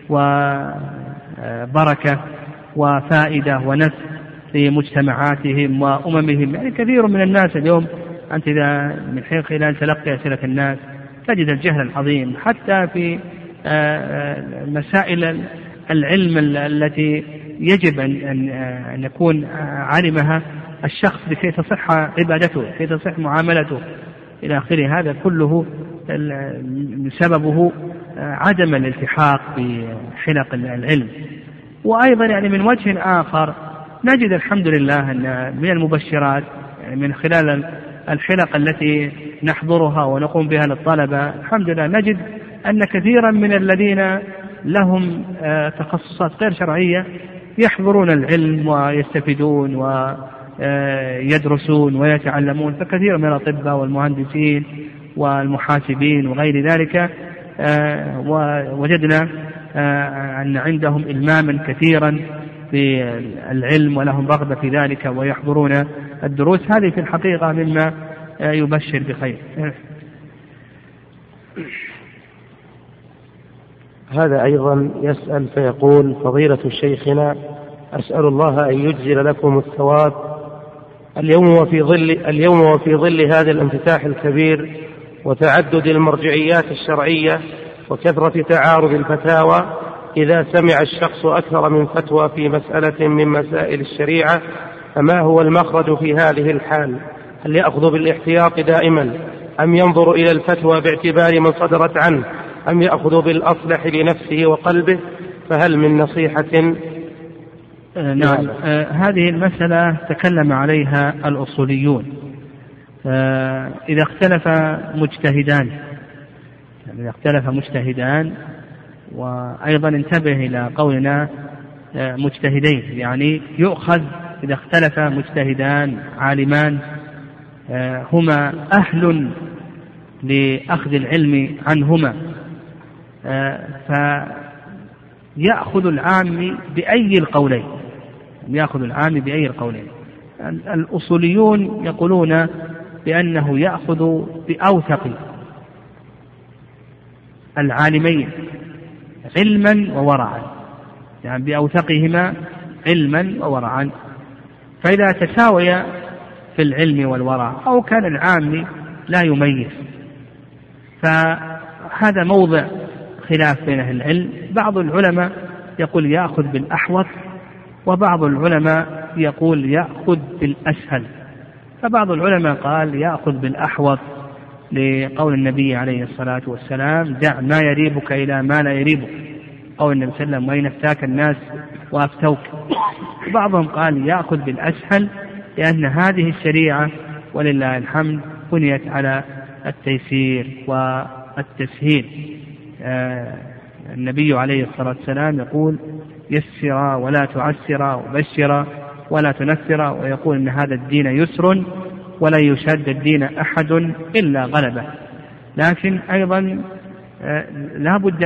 وبركة وفائدة ونفع في مجتمعاتهم وأممهم. يعني كثير من الناس اليوم أنت إذا من حين خلال تلقي أسئلة الناس تجد الجهل العظيم حتى في مسائل العلم التي يجب أن يكون علمها الشخص لكي تصح عبادته لكي تصح معاملته إلى آخره. هذا كله سببه عدم الالتحاق بحلق العلم. وأيضا يعني من وجه آخر نجد الحمد لله أن من المبشرات يعني من خلال الحلق التي نحضرها ونقوم بها للطلبة الحمد لله نجد أن كثيرا من الذين لهم تخصصات غير شرعية يحضرون العلم ويستفيدون ويدرسون ويتعلمون. فكثير من الأطباء والمهندسين والمحاسبين وغير ذلك ووجدنا أن عندهم إلماما كثيرا في العلم ولهم رغبة في ذلك ويحضرون الدروس. هذه في الحقيقة مما يبشر بخير. هذا أيضا يسأل فيقول: فضيلة شيخنا، أسأل الله أن يجزل لكم الثواب اليوم وفي ظل اليوم وفي ظل هذا الانفتاح الكبير وتعدد المرجعيات الشرعية وكثرة تعارض الفتاوى، إذا سمع الشخص أكثر من فتوى في مسألة من مسائل الشريعة فما هو المخرج في هذه الحال؟ هل يأخذ بالاحتياط دائما أم ينظر إلى الفتوى باعتبار من صدرت عنه أم يأخذ بالأصلح لنفسه وقلبه؟ فهل من نصيحة؟ آه نعم. آه هذه المسألة تكلم عليها الأصوليون. آه إذا اختلف مجتهدان إذا اختلف مجتهدان وأيضا انتبه إلى قولنا آه مجتهدين، يعني يؤخذ إذا اختلف مجتهدان عالمان آه هما أهل لأخذ العلم عنهما آه فيأخذ العام بأي القولين يأخذ العام بأي القولين. الأصوليون يقولون بأنه يأخذ بأوثق العالمين علما وورعا، يعني بأوثقهما علما وورعا. فإذا تساوي في العلم والورع أو كان العام لا يميز فهذا موضع خلاف بين أهل العلم. بعض العلماء يقول يأخذ بالأحوط وبعض العلماء يقول يأخذ بالأسهل. فبعض العلماء قال يأخذ بالأحوط لقول النبي عليه الصلاة والسلام: دع ما يريبك إلى ما لا يريبك، قول النبي صلى الله عليه وسلم: وإن افتاك الناس وأفتوك. بعضهم قال يأخذ بالأسهل لأن هذه الشريعة ولله الحمد بنيت على التيسير والتسهيل. آه النبي عليه الصلاة والسلام يقول: يسر ولا تعسر وبشر ولا تنفر، ويقول إن هذا الدين يسر ولا يشد الدين أحد إلا غلبه. لكن أيضا آه لا بد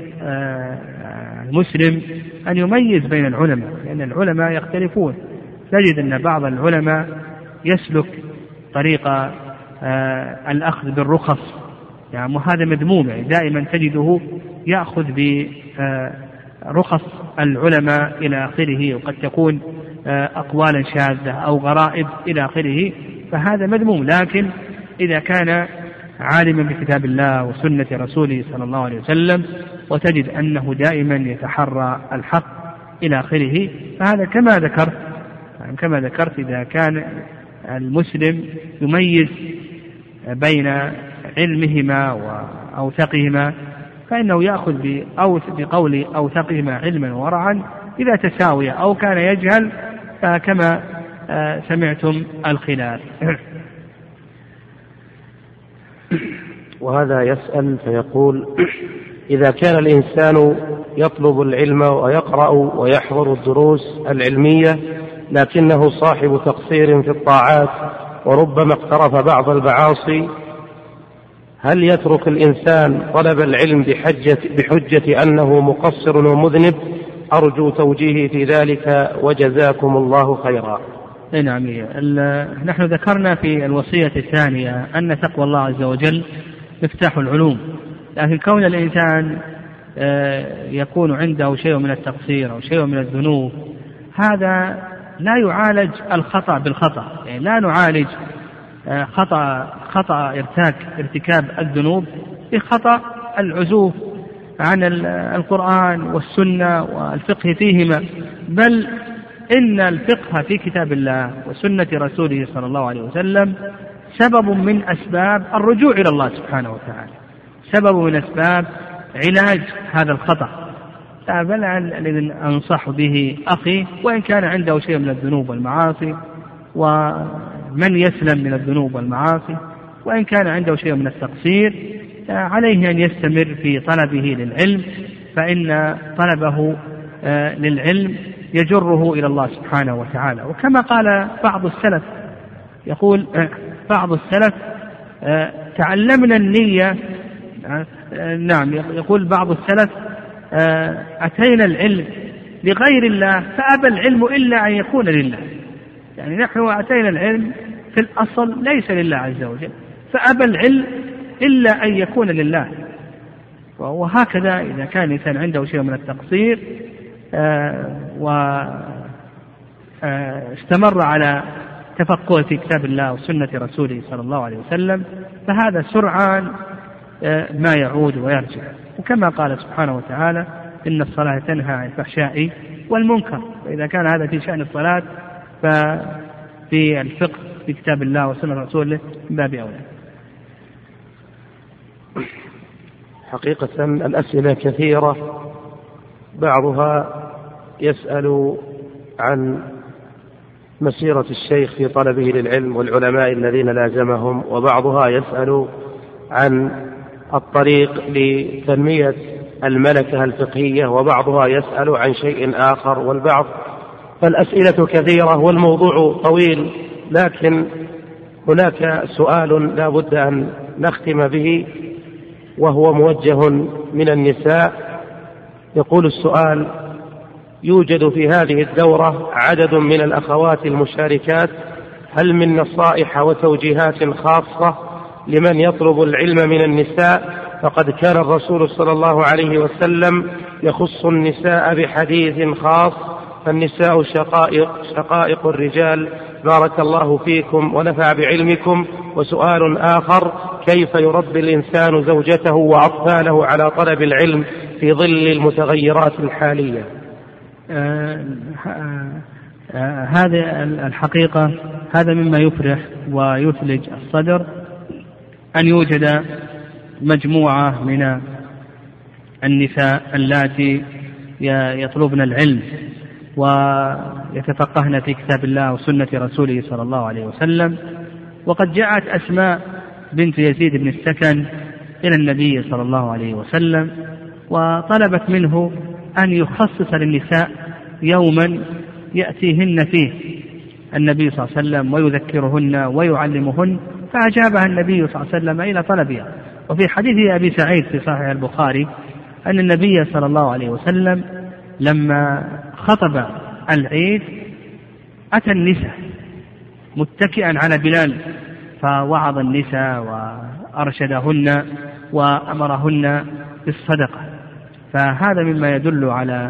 للمسلم أن يميز بين العلماء، لأن العلماء يختلفون. تجد أن بعض العلماء يسلك طريق آه الأخذ بالرخص، يعني وهذا مذموم، يعني دائما تجده يأخذ برخص العلماء إلى آخره، وقد تكون آه أقوالا شاذة أو غرائب إلى آخره، فهذا مذموم. لكن إذا كان عالما بكتاب الله وسنة رسوله صلى الله عليه وسلم وتجد أنه دائما يتحرى الحق إلى آخره، فهذا كما ذكرت يعني كما ذكرت إذا كان المسلم يميز بين علمهما وأوثقهما فإنه يأخذ بقول أوثقهما علما ورعا إذا تساوي، أو كان يجهل فكما سمعتم الخلاف. وهذا يسأل فيقول: إذا كان الإنسان يطلب العلم ويقرأ ويحضر الدروس العلمية لكنه صاحب تقصير في الطاعات وربما اقترف بعض المعاصي، هل يترك الإنسان طلب العلم بحجة, بحجة أنه مقصر ومذنب؟ أرجو توجيهي في ذلك وجزاكم الله خيرا. نعم، نحن ذكرنا في الوصية الثانية أن تقوى الله عز وجل مفتاح العلوم، لكن كون الإنسان يكون عنده شيء من التقصير أو شيء من الذنوب هذا لا يعالج الخطأ بالخطأ، يعني لا نعالج خطأ خطأ ارتاك ارتكاب الذنوب بخطأ العزوف عن القرآن والسنة والفقه فيهما، بل إن الفقه في كتاب الله وسنة رسوله صلى الله عليه وسلم سبب من أسباب الرجوع إلى الله سبحانه وتعالى، سبب من أسباب علاج هذا الخطأ. بل الذي أنصح به أخي وإن كان عنده شيء من الذنوب والمعاصي، ومن يسلم من الذنوب والمعاصي وإن كان عنده شيء من التقصير عليه أن يستمر في طلبه للعلم، فإن طلبه للعلم يجره إلى الله سبحانه وتعالى. وكما قال بعض السلف، يقول بعض السلف: تعلمنا النية. نعم، يقول بعض السلف: أتينا العلم لغير الله فأبى العلم إلا أن يكون لله. يعني نحن أتينا العلم في الأصل ليس لله عز وجل، فأبى العلم إلا أن يكون لله. وهكذا إذا كان الإنسان عنده شيء من التقصير واستمر على تفقه في كتاب الله وسنة رسوله صلى الله عليه وسلم فهذا سرعان ما يعود ويرجع. وكما قال سبحانه وتعالى: إن الصلاة تنهى عن الفحشاء والمنكر. فإذا كان هذا في شأن الصلاة ففي الفقه في كتاب الله وسنة رسوله من باب أولى. حقيقة الأسئلة كثيرة، بعضها يسأل عن مسيرة الشيخ في طلبه للعلم والعلماء الذين لازمهم، وبعضها يسأل عن الطريق لتنمية الملكة الفقهية، وبعضها يسأل عن شيء آخر، والبعض فالأسئلة كثيرة والموضوع طويل، لكن هناك سؤال لا بد أن نختم به وهو موجه من النساء. يقول السؤال: يوجد في هذه الدورة عدد من الأخوات المشاركات، هل من نصائح وتوجيهات خاصة لمن يطلب العلم من النساء؟ فقد كان الرسول صلى الله عليه وسلم يخص النساء بحديث خاص: فالنساء شقائق, شقائق الرجال، بارك الله فيكم ونفع بعلمكم. وسؤال آخر: كيف يربي الإنسان زوجته وأطفاله على طلب العلم في ظل المتغيرات الحالية؟ آه آه آه هذه الحقيقة هذا مما يفرح ويثلج الصدر أن يوجد مجموعة من النساء اللاتي يطلبن العلم ويتفقهن في كتاب الله وسنة رسوله صلى الله عليه وسلم. وقد جاءت أسماء بنت يزيد بن السكن إلى النبي صلى الله عليه وسلم وطلبت منه أن يخصص للنساء يوما يأتيهن فيه النبي صلى الله عليه وسلم ويذكرهن ويعلمهن، فأجابها النبي صلى الله عليه وسلم إلى طلبها. وفي حديث أبي سعيد في صحيح البخاري أن النبي صلى الله عليه وسلم لما خطب العيد أتى النساء متكئا على بلال فوعظ النساء وأرشدهن وأمرهن بالصدقة. فهذا مما يدل على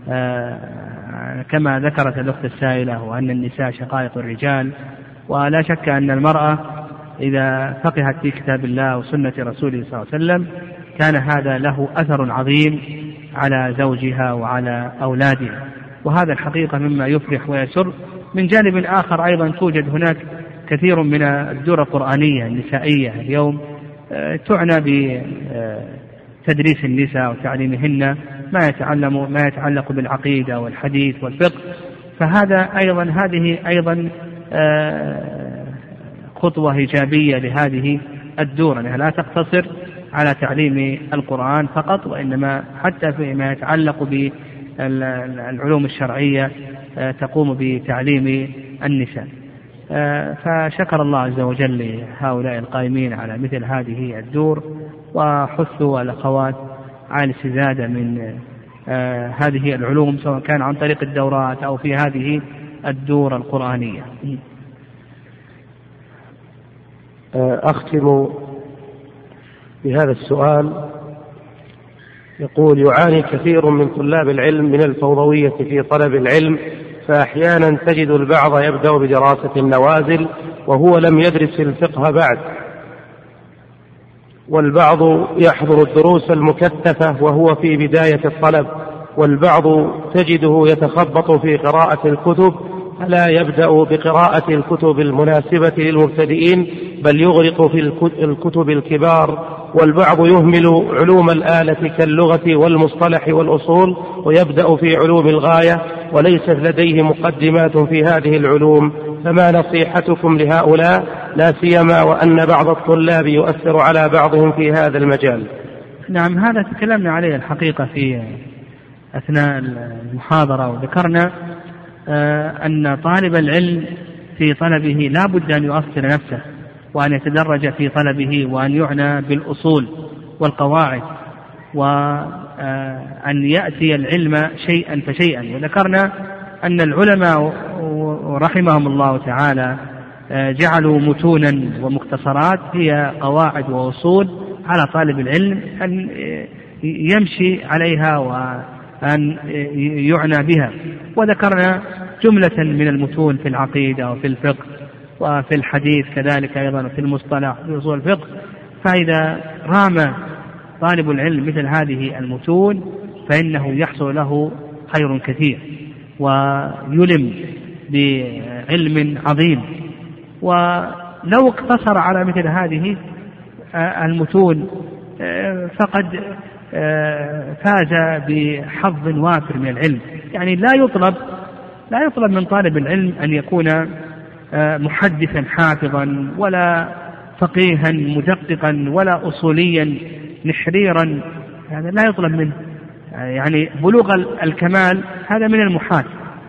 كما ذكرت الأخت السائلة وأن النساء شقائق الرجال، ولا شك أن المرأة إذا فقهت في كتاب الله وسنة رسوله صلى الله عليه وسلم كان هذا له أثر عظيم على زوجها وعلى أولادها، وهذا الحقيقة مما يفرح ويسر. من جانب آخر أيضا توجد هناك كثير من الدور القرآنية النسائية اليوم تعنى تدريس النساء وتعليمهن ما يتعلم ما يتعلق بالعقيدة والحديث والفقه، فهذا أيضا هذه أيضا خطوة إيجابية لهذه الدورة، أنها لا تقتصر على تعليم القرآن فقط، وإنما حتى فيما يتعلق بالعلوم الشرعية تقوم بتعليم النساء. فشكر الله عز وجل هؤلاء القائمين على مثل هذه الدور، وحثوا الأخوات على الاستزادة من هذه العلوم سواء كان عن طريق الدورات أو في هذه الدور القرآنية. أختم بهذا السؤال. يقول: يعاني كثير من طلاب العلم من الفوضوية في طلب العلم، فأحيانا تجد البعض يبدأ بدراسة النوازل وهو لم يدرس الفقه بعد، والبعض يحضر الدروس المكثفة وهو في بداية الطلب، والبعض تجده يتخبط في قراءة الكتب فلا يبدأ بقراءة الكتب المناسبة للمبتدئين بل يغرق في الكتب الكبار، والبعض يهمل علوم الآلة كاللغة والمصطلح والأصول ويبدأ في علوم الغاية وليست لديه مقدمات في هذه العلوم، فما نصيحتكم لهؤلاء، لا سيما وأن بعض الطلاب يؤثر على بعضهم في هذا المجال؟ نعم، هذا تكلمنا عليه الحقيقة في أثناء المحاضرة، وذكرنا أن طالب العلم في طلبه لا بد أن يؤثر نفسه وأن يتدرج في طلبه وأن يعنى بالأصول والقواعد وأن يأتي العلم شيئا فشيئا. وذكرنا أن العلماء رحمهم الله تعالى جعلوا متونا ومختصرات هي قواعد وأصول على طالب العلم أن يمشي عليها وأن يعنى بها. وذكرنا جملة من المتون في العقيدة وفي الفقه وفي الحديث كذلك أيضا في المصطلح في أصول الفقه. فإذا رام طالب العلم مثل هذه المتون فإنه يحصل له خير كثير ويلم بعلم عظيم. ولو اقتصر على مثل هذه المتون فقد فاز بحظ وافر من العلم. يعني لا يطلب لا يطلب من طالب العلم أن يكون محدثا حافظا ولا فقيها مدققا ولا أصوليا نحريرا، هذا لا يطلب منه. يعني بلوغ الكمال هذا من المحال.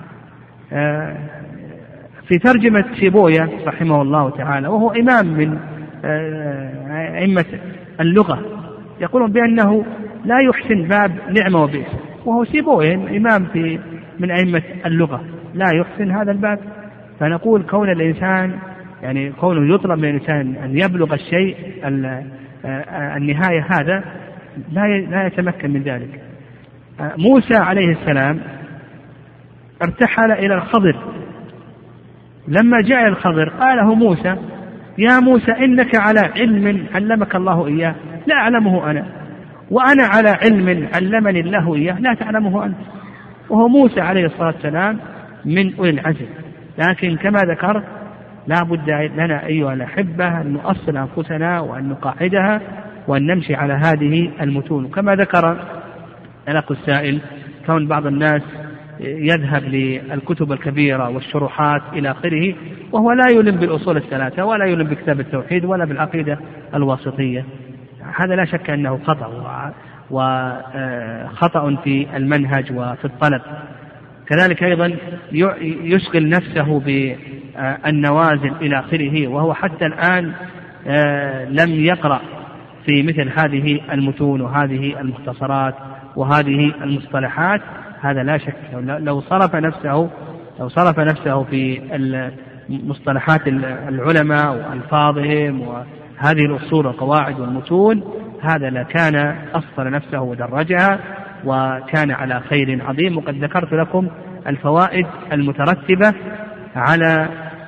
في ترجمة شيبوية رحمه الله تعالى وهو إمام من أئمة اللغة يقولون بأنه لا يحسن باب نعمة وبئس، وهو شيبوية إمام في من أئمة اللغة لا يحسن هذا الباب. فنقول كون الإنسان يعني كونه يطلب من الإنسان أن يبلغ الشيء النهاية هذا لا يتمكن من ذلك. موسى عليه السلام ارتحل إلى الخضر، لما جاء الخضر قال له موسى: يا موسى إنك على علم علمك الله إياه لا أعلمه أنا، وأنا على علم علمني الله إياه لا تعلمه أنت. وهو موسى عليه الصلاة والسلام من أولي العزم. لكن كما ذكرت لا بد لنا أيها الأحبة أن نؤصل أنفسنا وأن نقاعدها وأن نمشي على هذه المتون. كما ذكر الأخ السائل كون بعض الناس يذهب للكتب الكبيرة والشروحات إلى آخره وهو لا يلم بالأصول الثلاثة ولا يلم بكتاب التوحيد ولا بالعقيدة الواسطية، هذا لا شك أنه خطأ وخطأ في المنهج وفي الطلب. كذلك أيضا يشغل نفسه بالنوازل إلى آخره وهو حتى الآن لم يقرأ في مثل هذه المتون وهذه المختصرات وهذه المصطلحات. هذا لا شك لو صرف نفسه لو صرف نفسه في مصطلحات العلماء وألفاظهم وهذه الأصول والقواعد والمتون هذا لكان أصل نفسه ودرجها وكان على خير عظيم. وقد ذكرت لكم الفوائد المترتبة على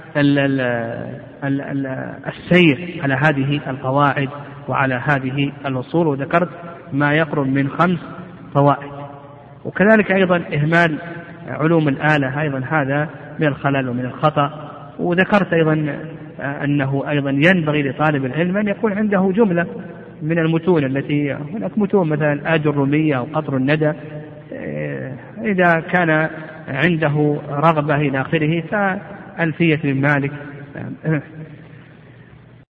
السير على هذه القواعد وعلى هذه الأصول، وذكرت ما يقرب من خمس فوائد. وكذلك أيضا إهمال علوم الآلة أيضا هذا من الخلل ومن الخطأ. وذكرت أيضا أنه أيضا ينبغي لطالب العلم أن يكون عنده جملة من المتون التي هناك متون مثلا آج الرومية أو قطر الندى، إذا كان عنده رغبة إلى آخره فألفية بن مالك